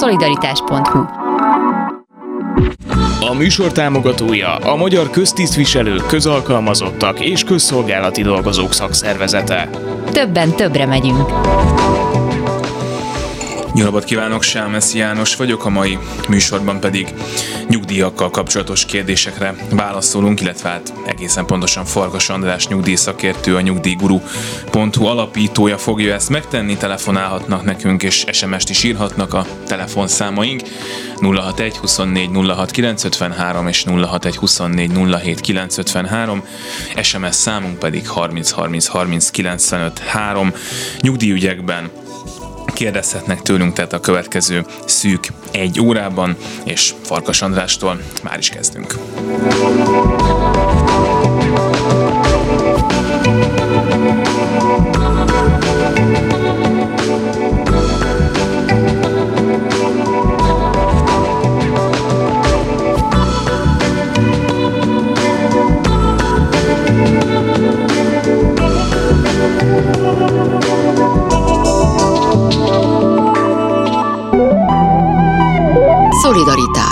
Szolidaritás.hu. A műsor támogatója a Magyar Köztisztviselők, Közalkalmazottak és Közszolgálati Dolgozók Szakszervezete. Többen többre megyünk. Jó napot kívánok, Sámeszi János vagyok, a mai műsorban pedig nyugdíjakkal kapcsolatos kérdésekre válaszolunk, illetve hát egészen pontosan Farkas András nyugdíjszakértő, a nyugdíjguru.hu alapítója fogja ezt megtenni, telefonálhatnak nekünk és SMS-t is írhatnak a telefonszámaink 061 24 06 953 és 061 24 07 953, SMS számunk pedig 30 30 30 95 3. Nyugdíjügyekben kérdezhetnek tőlünk, tehát a következő szűk 1 órában, és Farkas Andrástól már is kezdünk. Szolidaritás.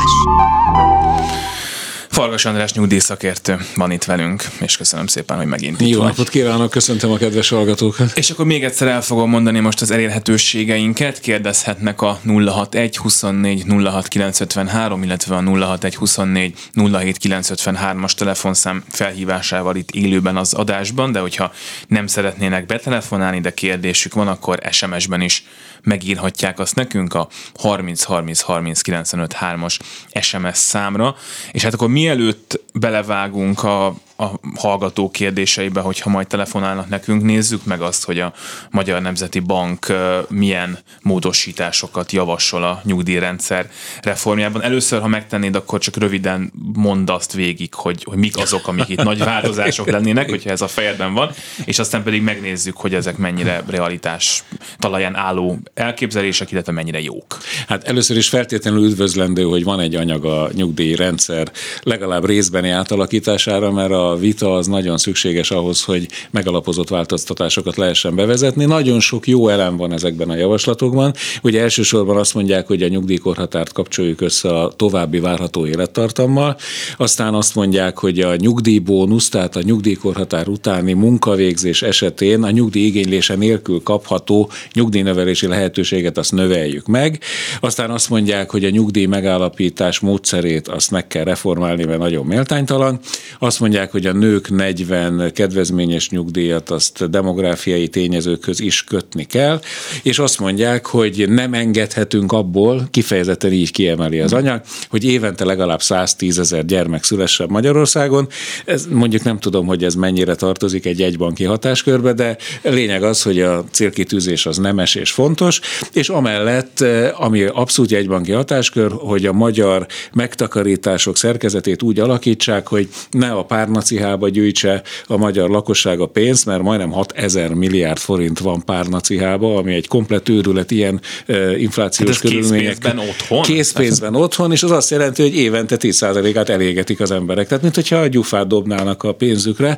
Farkas András nyugdíjszakértő van itt velünk, és köszönöm szépen, hogy megint itt Jó vagy. napot kívánok, köszöntöm a kedves hallgatókat. És akkor még egyszer el fogom mondani most az elérhetőségeinket, kérdezhetnek a 061 24 06 953, illetve a 061 24 07 953-as telefonszám felhívásával itt élőben az adásban, de hogyha nem szeretnének betelefonálni, de kérdésük van, akkor SMS-ben is megírhatják azt nekünk a 30 30 30 95 3-as SMS számra. És hát akkor mielőtt belevágunk a hallgató kérdéseibe, hogyha majd telefonálnak nekünk, nézzük meg azt, hogy a Magyar Nemzeti Bank milyen módosításokat javasol a nyugdíjrendszer reformjában. Először, ha megtennéd, akkor csak röviden mondd azt végig, hogy mik azok, amik itt nagy változások lennének, hogyha ez a fejedben van, és aztán pedig megnézzük, hogy ezek mennyire realitás talaján álló elképzelések, illetve mennyire jók. Hát először is feltétlenül üdvözlendő, hogy van egy anyag a nyugdíjrendszer legalább részbeni átalakítására, mert a vita az nagyon szükséges ahhoz, hogy megalapozott változtatásokat lehessen bevezetni. Nagyon sok jó elem van ezekben a javaslatokban. Ugye elsősorban azt mondják, hogy a nyugdíjkorhatárt kapcsoljuk össze a további várható élettartammal. Aztán azt mondják, hogy a nyugdíjbónusz, tehát a nyugdíjkorhatár utáni munkavégzés esetén a nyugdíj igénylése nélkül kapható nyugdíjnövelési lehetőséget azt növeljük meg. Aztán azt mondják, hogy a nyugdíj megállapítás módszerét azt meg kell reformálni, mert nagyon méltánytalan. Azt mondják, hogy a nők 40 kedvezményes nyugdíjat azt demográfiai tényezőkhöz is kötni kell, és azt mondják, hogy nem engedhetünk abból, kifejezetten így kiemeli az anyag, hogy évente legalább 110 000 gyermek szülessen Magyarországon. Ez mondjuk nem tudom, hogy ez mennyire tartozik egy jegybanki hatáskörbe, de lényeg az, hogy a célkitűzés az nemes és fontos, és amellett, ami abszolút jegybanki hatáskör, hogy a magyar megtakarítások szerkezetét úgy alakítsák, hogy ne a párnacihába gyűjtse a magyar lakosság a pénzt, mert majdnem 6000 milliárd forint van párnacihába, ami egy komplett őrület ilyen inflációs körülmények. Készpénzben otthon? Készpénzben otthon, és az azt jelenti, hogy évente 10%-át elégetik az emberek. Tehát, mint hogyha a gyufát dobnának a pénzükre.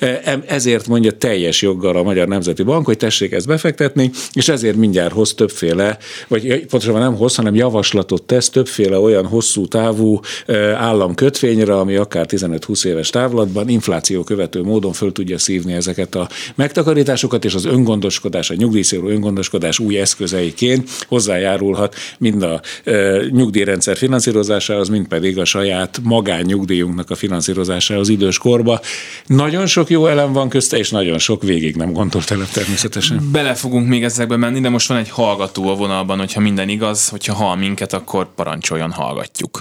Ezért mondja teljes joggal a Magyar Nemzeti Bank, hogy tessék ezt befektetni, és ezért mindjárt hoz többféle, vagy pontosabban nem hoz, hanem javaslatot tesz többféle olyan hosszú távú államkötvényre, ami akár 15-20 éves távlatban infláció követő módon föl tudja szívni ezeket a megtakarításokat, és az öngondoskodás, a nyugdíjszóló öngondoskodás új eszközeiként hozzájárulhat mind a nyugdíjrendszer finanszírozásához, mind pedig a saját magánnyugdíjunknak a finanszírozásához időskorba. Nagyon sok jó elem van közte, és nagyon sok végig nem gondolt elem természetesen. Bele fogunk még ezekbe menni, de most van egy hallgató a vonalban, hogyha minden igaz, hogyha hall minket, akkor parancsoljon, hallgatjuk.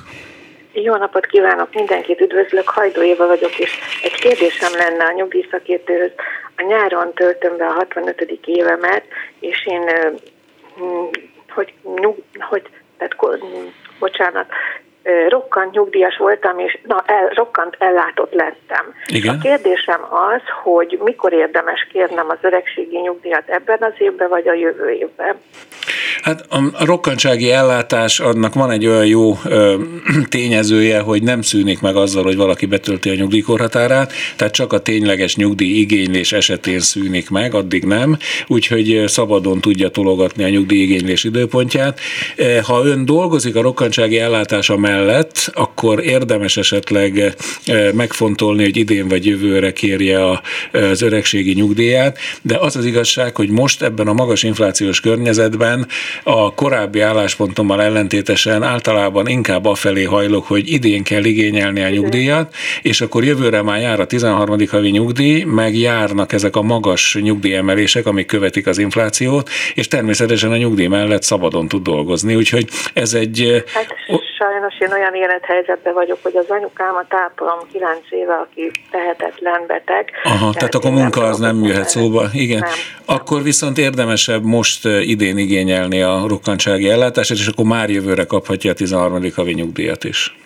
Jó napot kívánok, mindenkit üdvözlök, Hajdó Éva vagyok, és egy kérdésem lenne a nyugdíjszakértőhöz. A nyáron töltöm be a 65. évemet, és én, rokkant nyugdíjas voltam, és rokkant ellátott lettem. Igen? A kérdésem az, hogy mikor érdemes kérnem az öregségi nyugdíjat, ebben az évben, vagy a jövő évben? Hát a rokkantsági ellátás, annak van egy olyan jó tényezője, hogy nem szűnik meg azzal, hogy valaki betölti a nyugdíjkorhatárát, tehát csak a tényleges nyugdíj igénylés esetén szűnik meg, addig nem, úgyhogy szabadon tudja tologatni a nyugdíjigénylés időpontját. Ha ön dolgozik a rokkantsági ellátása mellett, akkor érdemes esetleg megfontolni, hogy idén vagy jövőre kérje az öregségi nyugdíját, de az az igazság, hogy most ebben a magas inflációs környezetben a korábbi álláspontommal ellentétesen általában inkább afelé hajlok, hogy idén kell igényelni a nyugdíjat, és akkor jövőre már jár a 13. havi nyugdíj, meg járnak ezek a magas nyugdíjemelések, amik követik az inflációt, és természetesen a nyugdíj mellett szabadon tud dolgozni, úgyhogy ez egy... Hát sajnos én olyan élethelyzetben vagyok, hogy az anyukámat ápolom 9 éve, aki tehetetlen beteg. Aha, tehát akkor munka az nem jöhet szóba. Igen. Nem. Akkor viszont érdemesebb most idén igényelni a rokkantsági ellátást, és akkor már jövőre kaphatja a 13. havi nyugdíjat is.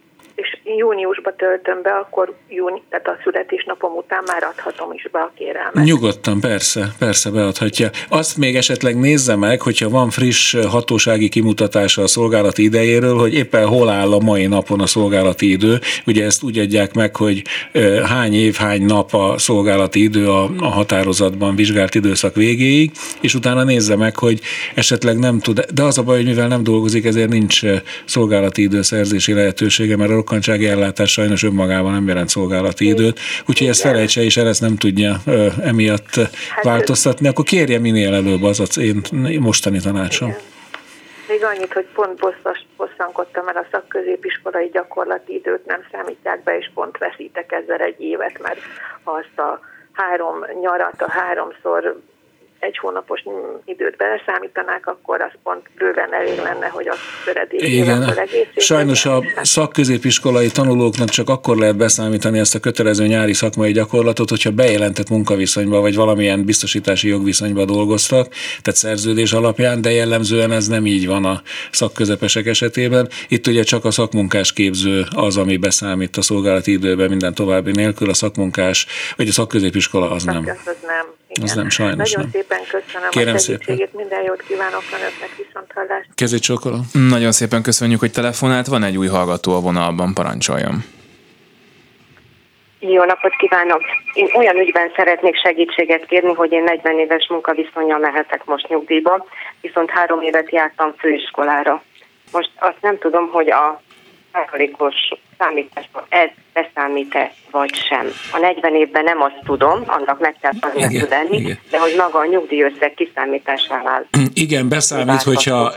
És júniusba töltöm be, akkor tehát a születésnapom után már adhatom is be a kérelmet. Nyugodtan, persze beadhatja. Azt még esetleg nézze meg, hogyha van friss hatósági kimutatása a szolgálati idejéről, hogy éppen hol áll a mai napon a szolgálati idő. Ugye ezt úgy adják meg, hogy hány év, hány nap a szolgálati idő a határozatban vizsgált időszak végéig, és utána nézze meg, hogy esetleg nem tud, de az a baj, hogy mivel nem dolgozik, ezért nincs szolgálati időszerzési lehetősége, mert a rokkantsági ellátás sajnos önmagában nem jelent szolgálati időt, úgyhogy ezt felejtse, és ezt nem tudja emiatt változtatni, akkor kérje minél előbb, az én mostani tanácsom. Igen. Még annyit, hogy pont bosszankodtam, mert a szakközépiskolai gyakorlati időt nem számítják be, és pont veszítek ezzel egy évet, mert ha azt a 3 nyarat, a 3-szor egy hónapos időt beleszámítanák, akkor az pont bőven elég lenne, hogy a töredékével egész. Sajnos a szakközépiskolai tanulóknak csak akkor lehet beszámítani ezt a kötelező nyári szakmai gyakorlatot, hogyha bejelentett munkaviszonyba, vagy valamilyen biztosítási jogviszonyba dolgoztak, tehát szerződés alapján, de jellemzően ez nem így van a szakközepesek esetében. Itt ugye csak a szakmunkás képző az, ami beszámít a szolgálati időben minden további nélkül, a szakmunkás, vagy a szakközépiskola az nem. Az nem, sajnos nagyon nem. Szépen köszönöm Kérem a segítségét, szépen. Minden jót kívánok önöknek, viszonthallásra. Kezét csókolom. Nagyon szépen köszönjük, hogy telefonált. Van egy új hallgató a vonalban, parancsoljon. Jó napot kívánok! Én olyan ügyben szeretnék segítséget kérni, hogy én 40 éves munkaviszonnyal mehetek most nyugdíjba, viszont 3 évet jártam főiskolára. Most azt nem tudom, hogy a százalékos számításban ez beszámít-e vagy sem. A 40 évben nem azt tudom, annak meg kell lenni, de hogy maga a nyugdíjösszeg kiszámításánál. Igen, beszámít, hogyha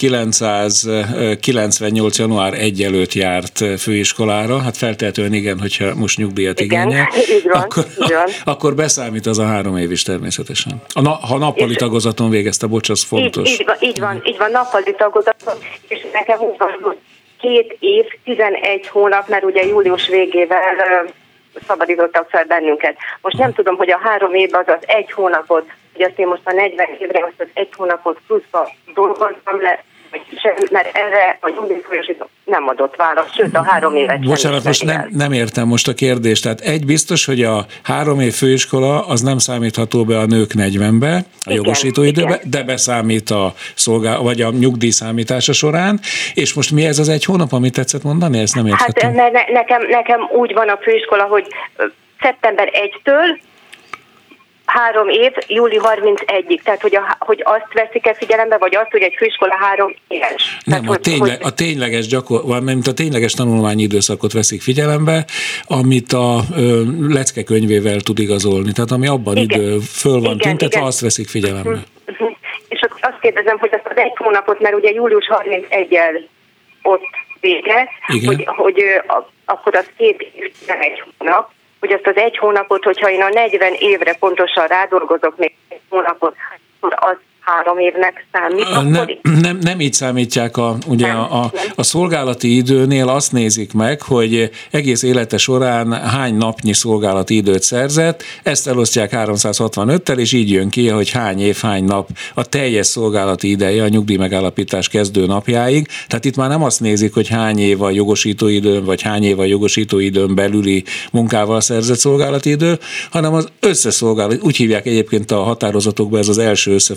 1998. január 1 előtt járt főiskolára, hát feltehetően igen, hogyha most nyugdíjat igényel, akkor beszámít az a 3 év is természetesen. Ha nappali tagozaton végezte, bocs, az fontos. Így van, nappali tagozaton, és nekem úgy van, 2 év, 11 hónap, mert ugye július végével szabadítottak fel bennünket. Most nem tudom, hogy a 3 évben az 1 hónapot, hogy azt én most a 40 évre azt az 1 hónapot pluszba dolgoztam le, mert erre a nyugdíjfolyosító nem adott választ, sőt a 3 évet. Bocsánat, most nem értem most a kérdést. Tehát egy biztos, hogy a 3 év főiskola az nem számítható be a nők 40-be, a jogosító időbe, de beszámít a vagy a nyugdíj számítása során. És most mi ez az 1 hónap, amit tetszett mondani? Ezt nem értettem. Hát nekem úgy van a főiskola, hogy szeptember 1-től 3 év, júli 31-ig. Tehát, hogy azt veszik-e figyelembe, vagy azt, hogy egy főiskola 3 éves. Nem, tehát, a tényleges tanulmányi időszakot veszik figyelembe, amit a lecke könyvével tud igazolni. Tehát, ami abban idő föl van tüntetve, azt veszik figyelembe. És akkor azt kérdezem, hogy azt az 1 hónapot, mert ugye július 31-el ott vége, hogy akkor az 2 év, 11 hónap, hogy azt az 1 hónapot, hogyha én a 40 évre pontosan rádolgozok még 1 hónapot, akkor az 3 évnek számít? Nem így számítják ugye a szolgálati időnél azt nézik meg, hogy egész élete során hány napnyi szolgálati időt szerzett, ezt elosztják 365-tel, és így jön ki, hogy hány év, hány nap a teljes szolgálati ideje a nyugdíjmegállapítás kezdő napjáig. Tehát itt már nem azt nézik, hogy hány év a jogosítóidőn, vagy hány év a jogosítóidőn belüli munkával szerzett szolgálati idő, hanem az összeszolgálat. Úgy hívják egyébként a határozatokban, ez az első összefoglaló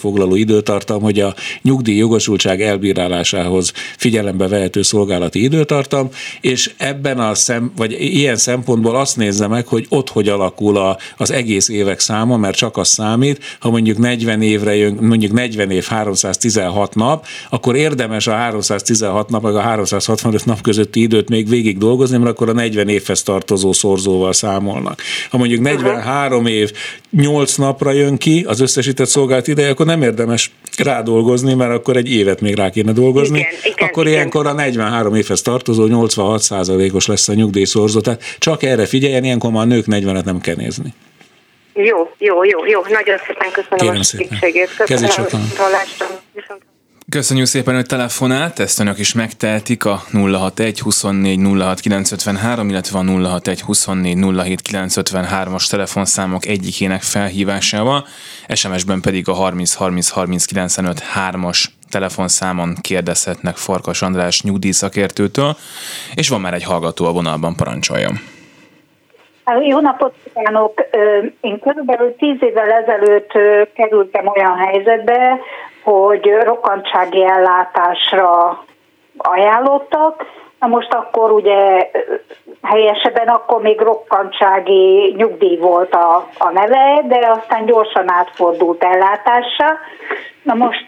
időtartam, hogy a nyugdíj jogosultság elbírálásához figyelembe vehető szolgálati időtartam, és ebben vagy ilyen szempontból azt nézze meg, hogy ott hogy alakul az egész évek száma, mert csak az számít, ha mondjuk 40 évre jön, mondjuk 40 év 316 nap, akkor érdemes a 316 nap, meg a 365 nap közötti időt még végig dolgozni, mert akkor a 40 évhez tartozó szorzóval számolnak. Ha mondjuk 43 év 8 napra jön ki az összesített szolgálati ideje, akkor nem érdemes rádolgozni, mert akkor egy évet még rá kéne dolgozni. Igen, ilyenkor a 43 évhez tartozó 86%-os lesz a nyugdíjszorzó. Tehát csak erre figyeljen, ilyenkor már a nők 40-et nem kell nézni. Jó. Nagyon szépen köszönöm a segítségét. Köszönöm. Köszönjük szépen, hogy telefonált, ezt önök is megtehetik a 061 24 06 953, illetve a 061 24 07 953-as telefonszámok egyikének felhívásával, SMS-ben pedig a 30 30 30 95 3-as telefonszámon kérdezhetnek Farkas András nyugdíjszakértőtől, és van már egy hallgató a vonalban, parancsoljon. Jó napot kívánok! Én körülbelül 10 évvel ezelőtt kerültem olyan helyzetbe, hogy rokkantsági ellátásra ajánlottak. Na most akkor ugye helyesebben akkor még rokkantsági nyugdíj volt a neve, de aztán gyorsan átfordult ellátásra. Na most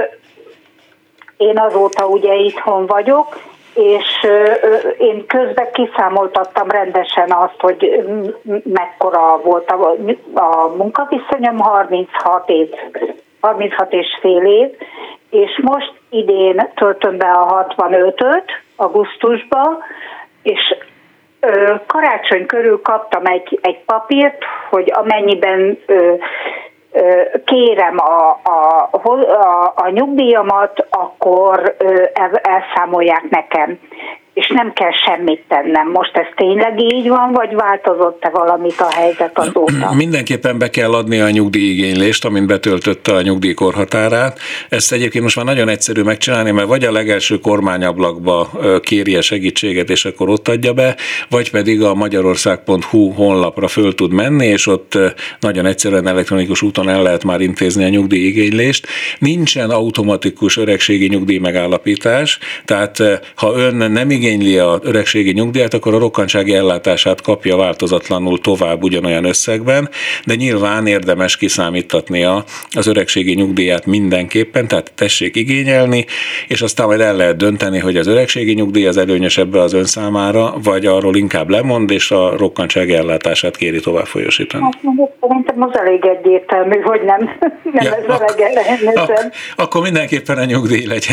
én azóta ugye itthon vagyok, és én közben kiszámoltattam rendesen azt, hogy mekkora volt a munkaviszonyom, 36 és fél év, és most idén töltöm be a 65-öt augusztusba, és karácsony körül kaptam egy papírt, hogy amennyiben kérem a nyugdíjamat, akkor elszámolják nekem, és nem kell semmit tennem. Most ez tényleg így van, vagy változott-e valamit a helyzet azóta? Mindenképpen be kell adni a nyugdíjigénylést, amint betöltötte a nyugdíjkorhatárát. Ezt egyébként most már nagyon egyszerű megcsinálni, mert vagy a legelső kormányablakba kéri a segítséget, és akkor ott adja be, vagy pedig a magyarország.hu honlapra föl tud menni, és ott nagyon egyszerűen elektronikus úton el lehet már intézni a nyugdíjigénylést. Nincsen automatikus öregségi nyugdíj megállapítás, tehát ha ön nem igényli az öregségi nyugdíjat, akkor a rokkantsági ellátását kapja változatlanul tovább ugyanolyan összegben, de nyilván érdemes kiszámítatnia az öregségi nyugdíjat mindenképpen, tehát tessék igényelni, és aztán majd el lehet dönteni, hogy az öregségi nyugdíj az előnyösebb az ön számára, vagy arról inkább lemond, és a rokkantsági ellátását kéri tovább folyosítani. Szerintem az elég egyértelmű, hogy nem ez a legelőnyösebb. Akkor mindenképpen a nyugdíj legyen.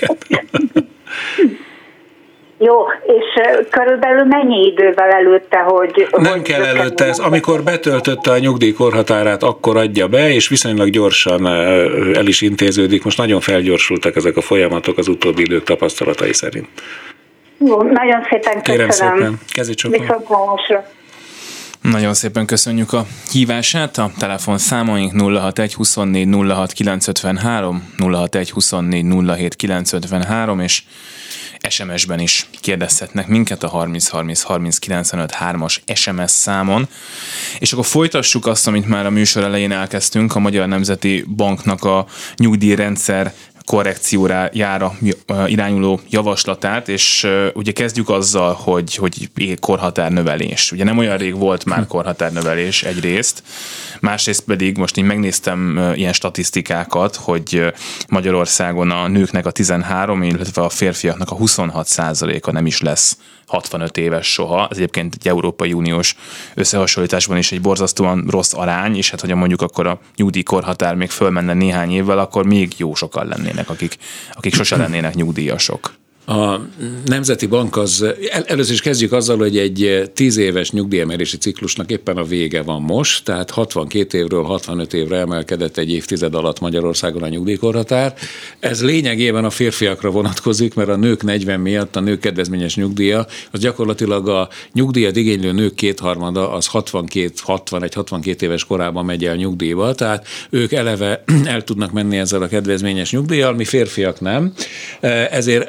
Jó, és körülbelül mennyi idővel előtte, hogy... Nem kell előtte, ez amikor betöltötte a nyugdíjkorhatárát, akkor adja be, és viszonylag gyorsan el is intéződik. Most nagyon felgyorsultak ezek a folyamatok az utóbbi idők tapasztalatai szerint. Jó, nagyon szépen köszönöm. Kérem szépen, kezicsokom. Viszontlátásra. Nagyon szépen köszönjük a hívását, a telefonszámaink 061 24 06 953, 061 24 07 953, és SMS-ben is kérdezhetnek minket a 30 30 30 95 3-as SMS számon. És akkor folytassuk azt, amit már a műsor elején elkezdtünk, a Magyar Nemzeti Banknak a nyugdíjrendszer korrekciójára irányuló javaslatát, és ugye kezdjük azzal, hogy korhatárnövelés. Ugye nem olyan rég volt már korhatárnövelés egyrészt, másrészt pedig most én megnéztem ilyen statisztikákat, hogy Magyarországon a nőknek a 13, illetve a férfiaknak a 26%-a nem is lesz 65 éves soha. Ez egyébként egy Európai Uniós összehasonlításban is egy borzasztóan rossz arány, és hát, hogyha mondjuk akkor a nyugdíjkorhatár még fölmenne néhány évvel, akkor még jó sokan lennének, akik sose lennének nyugdíjasok. A Nemzeti Bank először is kezdjük azzal, hogy egy 10 éves nyugdíjemelési ciklusnak éppen a vége van most, tehát 62 évről 65 évre emelkedett egy évtized alatt Magyarországon a nyugdíjkorhatár. Ez lényegében a férfiakra vonatkozik, mert a nők 40 miatt a nők kedvezményes nyugdíja, az gyakorlatilag a nyugdíjat igénylő nők kétharmada az 61-62 éves korában megy el nyugdíjba, tehát ők eleve el tudnak menni ezzel a kedvezményes nyugdíjjal, mi férfiak nem. Ezért eleve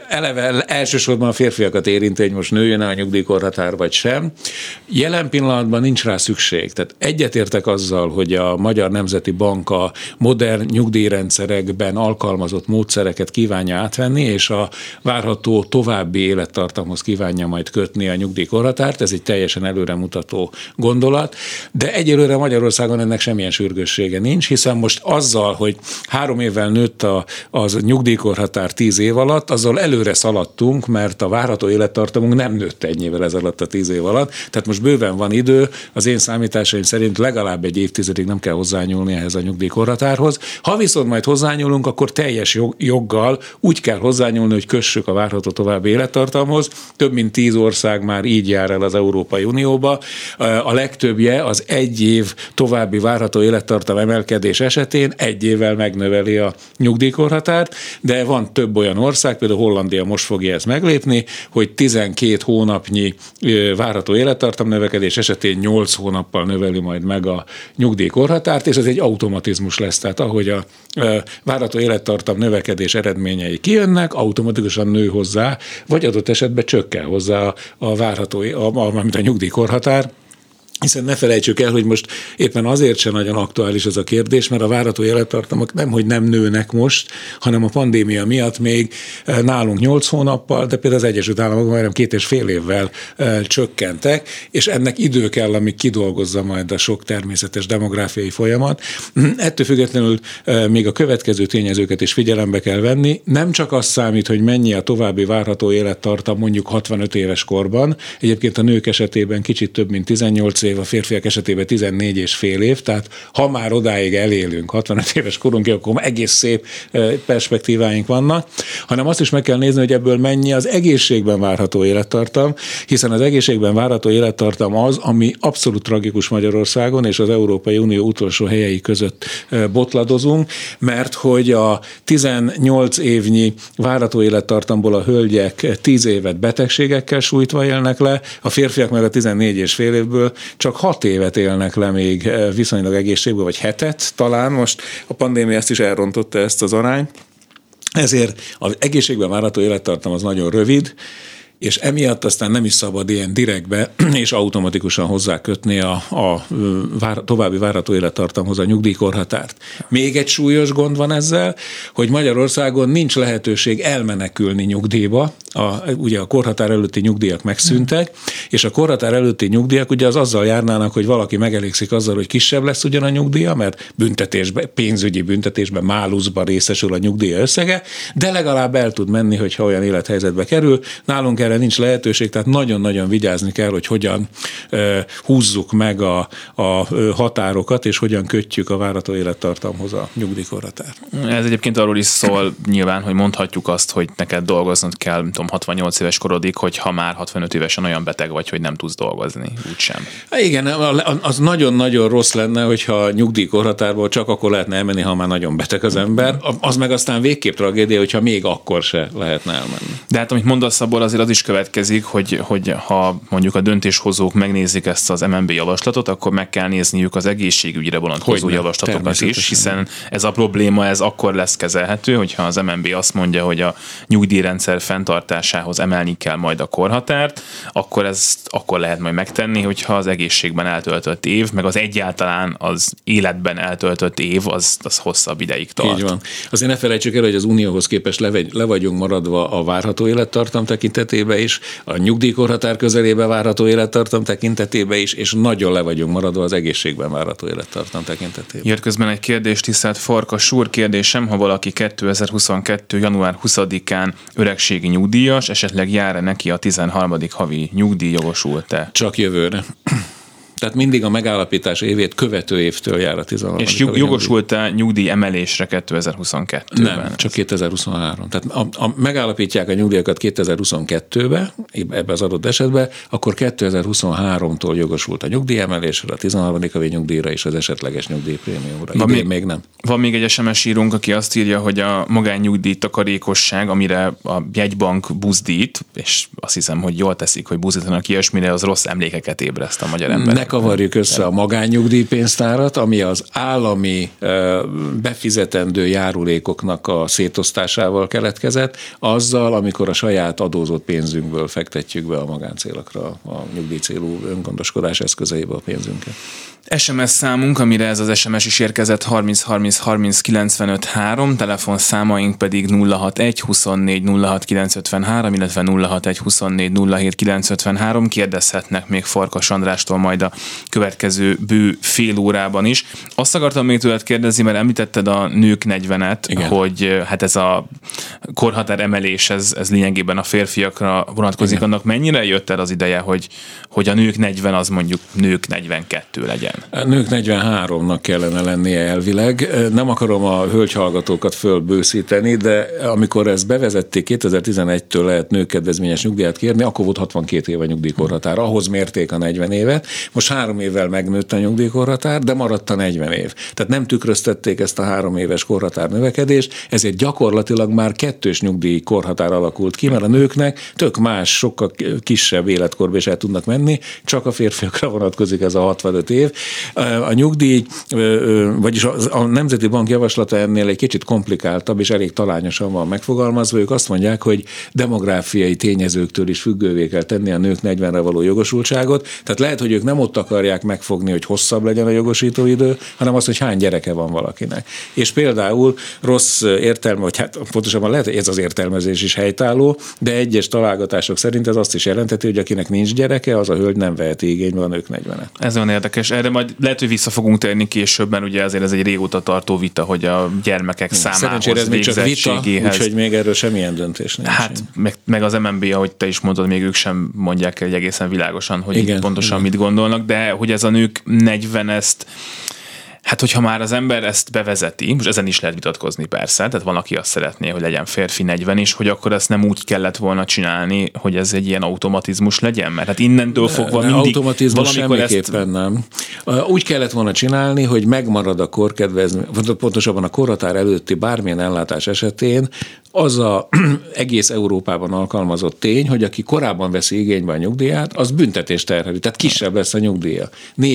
elsősorban a férfiakat érinti, hogy most nőjön a nyugdíjkorhatár vagy sem. Jelen pillanatban nincs rá szükség. Tehát egyetértek azzal, hogy a Magyar Nemzeti Bank a modern nyugdíjrendszerekben alkalmazott módszereket kívánja átvenni, és a várható további élettartamhoz kívánja majd kötni a nyugdíjkorhatárt. Ez egy teljesen előremutató gondolat, de egyelőre Magyarországon ennek semmilyen sürgőssége nincs, hiszen most azzal, hogy 3 évvel nőtt az nyugdíjkorhatár 10 év alatt, azzal előre szaladtunk, mert a várható élettartamunk nem nőtt ennyivel ez alatt a 10 év alatt. Tehát most bőven van idő, az én számításaim szerint legalább egy évtizedig nem kell hozzányúlni ehhez a nyugdíjkorhatárhoz. Ha viszont majd hozzányúlunk, akkor teljes joggal úgy kell hozzányúlni, hogy kössük a várható további élettartamhoz. Több mint 10 ország már így jár el az Európai Unióba. A legtöbbje az 1 év további várható élettartam emelkedés esetén 1 évvel megnöveli a nyugdíjkorhatárt, de van több olyan ország, például Hollandia most fogja ezt meglépni, hogy 12 hónapnyi várható élettartam növekedés esetén 8 hónappal növeli majd meg a nyugdíjkorhatárt, és ez egy automatizmus lesz. Tehát ahogy a várható élettartam növekedés eredményei kijönnek, automatikusan nő hozzá, vagy adott esetben csökken hozzá a várható, a nyugdíjkorhatár. Hiszen ne felejtsük el, hogy most éppen azért sem nagyon aktuális ez a kérdés, mert a várható élettartamok nemhogy nem nőnek most, hanem a pandémia miatt még nálunk 8 hónappal, de például az Egyesült Államokban majdnem 2,5 évvel csökkentek, és ennek idő kell, amíg kidolgozza majd a sok természetes demográfiai folyamat. Ettől függetlenül még a következő tényezőket is figyelembe kell venni. Nem csak az számít, hogy mennyi a további várható élettartam mondjuk 65 éves korban, egyébként a nők esetében kicsit több mint 18 év, a férfiak esetében 14,5 év, tehát ha már odáig elélünk 65 éves korunkig, akkor egész szép perspektíváink vannak, hanem azt is meg kell nézni, hogy ebből mennyi az egészségben várható élettartam, hiszen az egészségben várható élettartam az, ami abszolút tragikus Magyarországon, és az Európai Unió utolsó helyei között botladozunk, mert hogy a 18 évnyi várható élettartamból a hölgyek 10 évet betegségekkel sújtva élnek le, a férfiak meg a 14,5 évből csak 6 évet élnek le még viszonylag egészségből, vagy 7 talán, most a pandémia ezt is elrontotta, ezt az arányt. Ezért az egészségben várható élettartam az nagyon rövid, és emiatt aztán nem is szabad ilyen direktbe és automatikusan hozzákötni a további várható élettartamhoz a nyugdíjkorhatárt. Még egy súlyos gond van ezzel, hogy Magyarországon nincs lehetőség elmenekülni nyugdíjba, ugye a korhatár előtti nyugdíjak megszűntek, és a korhatár előtti nyugdíjak ugye az azzal járnának, hogy valaki megelégszik azzal, hogy kisebb lesz ugyan a nyugdíja, mert pénzügyi büntetésben, máluszban részesül a nyugdíja összege, de legalább el tud menni, hogyha olyan élethelyzetbe kerül. Nálunk erre nincs lehetőség, tehát nagyon-nagyon vigyázni kell, hogy hogyan húzzuk meg a határokat, és hogyan kötjük a várható élettartamhoz a nyugdíjkorhatárt. Ez egyébként arról is szól nyilván, hogy mondhatjuk azt, hogy neked dolgoznod kell, 68 éves korodig, hogy ha már 65 évesen olyan beteg vagy, hogy nem tudsz dolgozni, úgysem. Igen, az nagyon-nagyon rossz lenne, hogyha nyugdíjkorhatárból csak akkor lehetne elmenni, ha már nagyon beteg az ember. Az meg aztán végképp tragédia, hogyha még akkor se lehetne elmenni. De hát amit mondasz, abból azért az is következik, hogy ha mondjuk a döntéshozók megnézik ezt az MNB javaslatot, akkor meg kell nézniük az egészségügyre vonatkozó javaslatokat is, hiszen ez a probléma ez akkor lesz kezelhető, hogyha az MNB azt mondja, hogy a nyugdíjrendszer fenntartásához emelni kell majd a korhatárt, akkor ezt akkor lehet majd megtenni, hogyha az egészségben eltöltött év, meg az egyáltalán az életben eltöltött év, az hosszabb ideig tart. Így van. Azért ne felejtsük el, hogy az Unióhoz képest le vagyunk maradva a várható élettartam tekintetében is, a nyugdíjkorhatár közelébe várható élettartam tekintetében is, és nagyon le vagyunk maradva az egészségben várható élettartam tekintetében. Jött közben egy kérdés, tisztelt Farkas úr, kérdésem, ha valaki 2022. január 20-án öregségi nyugdíjas, esetleg jár-e neki a 13. havi nyugdíj, jogosult-e? Csak jövőre. Tehát mindig a megállapítás évét követő évtől jár a 13. És jogosult-e nyugdíj emelésre 2022-ben? Nem, csak 2023. Tehát megállapítják a nyugdíjakat 2022-be, ebbe az adott esetben, akkor 2023-tól jogosult a nyugdíjemelésre, a 13. havi nyugdíjra és az esetleges nyugdíjprémiumra. Még nem. Van még egy SMS írunk, aki azt írja, hogy a magánnyugdíj takarékosság, amire a jegybank buzdít, és azt hiszem, hogy jól teszik, hogy buzdítanak ilyesmire, az rossz emlékeket ébreszt a magyar emberekben. kavarjuk össze a magánnyugdíjpénztárat, ami az állami befizetendő járulékoknak a szétosztásával keletkezett, azzal, amikor a saját adózott pénzünkből fektetjük be a magáncélokra, a nyugdíjcélú öngondoskodás eszközeibe a pénzünket. SMS számunk, amire ez az SMS is érkezett 30 30 30 95 3, telefonszámaink pedig 061 24 06 953, illetve 061 24 07 953. Kérdezhetnek még Farkas Andrástól majd a következő bő fél órában is. Azt akartam még tőled kérdezni, mert említetted a nők 40-et, igen, hogy hát ez a korhatár emelés, ez lényegében a férfiakra vonatkozik. Igen. Annak mennyire jött el az ideje, hogy a nők 40 az mondjuk nők 42 legyen? Nők 43-nak kellene lennie elvileg. Nem akarom a hölgyhallgatókat fölbőszíteni, de amikor ezt bevezették, 2011-től lehet nőkedvezményes nyugdíjat kérni, akkor volt 62 éve nyugdíjkorhatár. Ahhoz mérték a 40 évet. Most 3 évvel megnőtt a nyugdíjkorhatár, de maradt a 40 év. Tehát nem tükröztették ezt a 3 éves korhatár növekedést, ezért gyakorlatilag már 2-s nyugdíjkorhatár alakult ki, mert a nőknek tök más, sokkal kisebb életkorba is el tudnak menni, csak a férfiakra vonatkozik ez a 65 év. A nyugdíj, vagyis a Nemzeti Bank javaslata ennél egy kicsit komplikáltabb, és elég talányosan van megfogalmazva. Ők azt mondják, hogy demográfiai tényezőktől is függővé kell tenni a nők 40-re való jogosultságot. Tehát lehet, hogy ők nem ott akarják megfogni, hogy hosszabb legyen a jogosítóidő, hanem az, hogy hány gyereke van valakinek. És például rossz értelme, vagy hát pontosabban lehet, hogy ez az értelmezés is helytálló, de egyes találgatások szerint ez azt is jelenteti, hogy akinek nincs gyereke, az a hölgy nem veheti igénybe a nők 40-et. Ez olyan érdekes. Erre majd lehet, hogy vissza fogunk térni később, mert ugye azért ez egy régóta tartó vita, hogy a gyermekek számához, végzettségéhez. Úgyhogy még erről semmilyen döntés nincs. Hát meg az MNB, ahogy te is mondod, még ők sem mondják el egészen világosan, hogy igen, pontosan igen, mit gondolnak, de hogy ez a nők 40 ezt, hát hogyha már az ember ezt bevezeti, most ezen is lehet vitatkozni persze, tehát van, aki azt szeretné, hogy legyen férfi 40 is, hogy akkor ezt nem úgy kellett volna csinálni, hogy ez egy ilyen automatizmus legyen, mert hát innentől fogva mindig automatizmus semmiképpen nem. Úgy kellett volna csinálni, hogy megmarad a korkedvezmény, pontosabban a korhatár előtti bármilyen ellátás esetén az a egész Európában alkalmazott tény, hogy aki korábban veszi igénybe a nyugdíját, az büntetést terheli, tehát kisebb lesz a nyugdíja.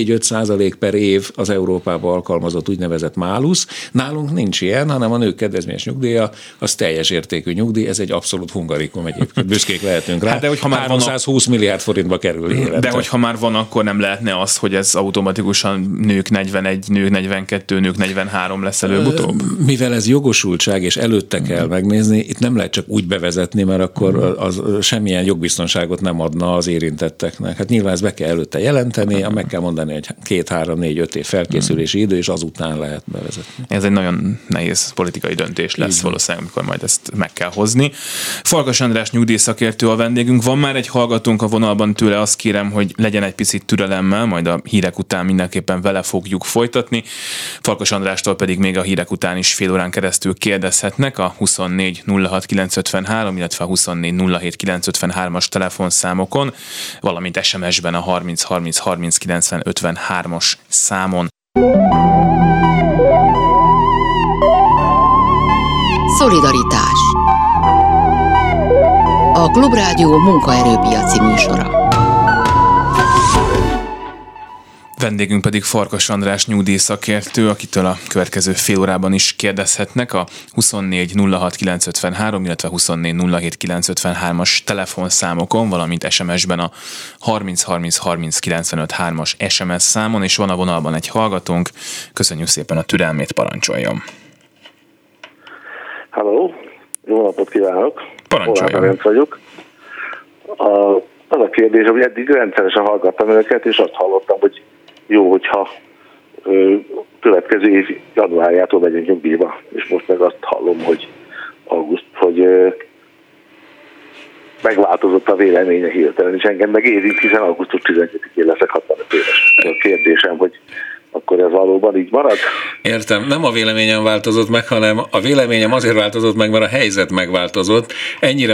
4-5% per év az Európában alkalmazott úgynevezett málusz. Nálunk nincs ilyen, hanem a nők kedvezményes nyugdíja az teljes értékű nyugdíj, ez egy abszolút hungarikum egyébként. Büszkék lehetünk rá. Hát de hogyha már 320 milliárd forintba kerül évente. De hogyha már van, akkor nem lehetne az, hogy ez automatikusan nők 41, nők 42, nők 43 lesz előbb-utóbb? Mivel ez jogosultság, és előtte kell megnézni, itt nem lehet csak úgy bevezetni, mert akkor az semmilyen jogbiztonságot nem adna az érintetteknek. Hát nyilván ezt be kell előtte jelenteni, meg kell mondani, hogy 2-3-4-5 év felkészülési idő, és azután lehet bevezetni. Ez egy nagyon nehéz politikai döntés lesz valószínűleg, amikor majd ezt meg kell hozni. Farkas András nyugdíjszakértő a vendégünk. Van már egy hallgatónk a vonalban, tőle azt kérem, hogy legyen egy picit türelemmel, majd a hírek után mindenképpen vele fogjuk folytatni. Farkas Andrástól pedig még a hírek után is fél órán keresztül kérdezhetnek a 24 06 953, illetve a 24 07 953-as telefonszámokon, valamint SMS-ben a 30 30 30 90 53-as számon. Szolidaritás. A Klubrádió munkaerőpiaci műsora. Vendégünk pedig Farkas András nyugdíjszakértő, akitől a következő fél órában is kérdezhetnek a 24 06 953, illetve 24 07 953-as telefonszámokon, valamint SMS-ben a 30 30 30 95 3-as SMS számon, és van a vonalban egy hallgatónk. Köszönjük szépen a türelmét, parancsoljon. Halló, jó napot kívánok! Parancsoljon! Vagyok. Az a kérdés, hogy eddig rendszeresen hallgattam önöket, és azt hallottam, hogy jó, hogyha következő év januárjától megyünk nyugdíjba, és most meg azt hallom, hogy megváltozott a véleménye hirtelen, és engem meg érint, hiszen augusztus 12-én leszek 65 éves. A kérdésem, hogy akkor ez valóban így marad? Értem, nem a véleményem változott meg, hanem a véleményem azért változott meg, mert a helyzet megváltozott. Ennyire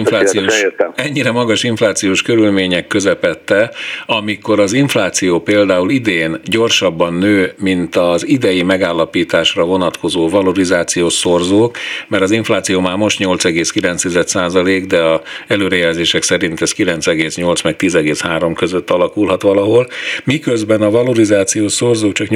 magas inflációs körülmények közepette, amikor az infláció például idén gyorsabban nő, mint az idei megállapításra vonatkozó valorizációs szorzók, mert az infláció már most 8,9%, de a előrejelzések szerint ez 9,8 meg 10,3 között alakulhat valahol, miközben a valorizációs szorzók csak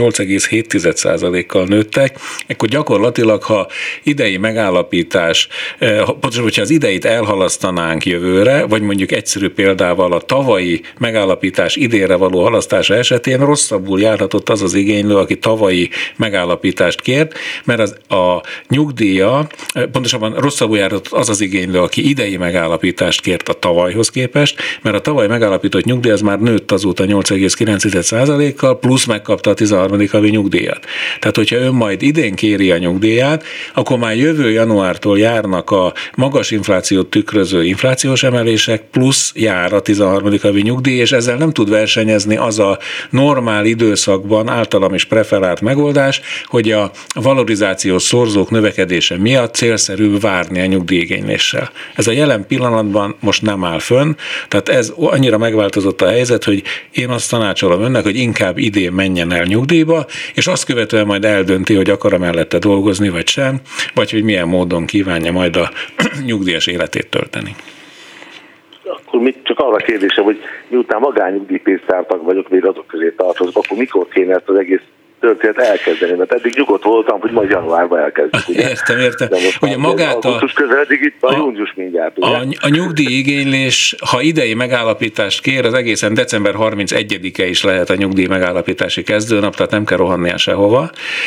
8,7%-kal nőttek, akkor gyakorlatilag, ha idei megállapítás, pontosan, hogyha az ideit elhalasztanánk jövőre, vagy mondjuk egyszerű példával a tavalyi megállapítás idénre való halasztása esetén rosszabbul járhatott az az igénylő, aki tavalyi megállapítást kért, mert a nyugdíja, pontosabban rosszabbul járhatott az az igénylő, aki idei megállapítást kért a tavalyhoz képest, mert a tavaly megállapított nyugdíj az már nőtt azóta 8,9%-kal, plusz megkapta a 13. havi nyugdíjat. Tehát, hogyha ön majd idén kéri a nyugdíját, akkor már jövő januártól járnak a magas inflációt tükröző inflációs emelések, plusz jár a 13. havi nyugdíj, és ezzel nem tud versenyezni az a normál időszakban általam is preferált megoldás, hogy a valorizációs szorzók növekedése miatt célszerű várni a nyugdíjigényléssel. Ez a jelen pillanatban most nem áll fönn, tehát ez annyira megváltozott a helyzet, hogy én azt tanácsolom önnek, hogy inkább idén menjen el nyugdíjba, és azt követően majd eldönti, hogy akar mellette dolgozni, vagy sem, vagy hogy milyen módon kívánja majd a nyugdíjas életét tölteni. Akkor csak arra kérdésem, hogy miután magánnyugdíjpénztártag vagyok, még azok közé tartozok, akkor mikor kéne ezt az egész történet elkezdeni, mert eddig nyugodt voltam, hogy majd januárban elkezdjük. Ugye? Értem. Ugye magát augusztus közeledik, itt a június mindjárt. A nyugdíjigénylés, ha idei megállapítást kér, az egészen december 31-e is lehet a nyugdíj megállapítási kezdőnap, tehát nem kell rohannia sehova.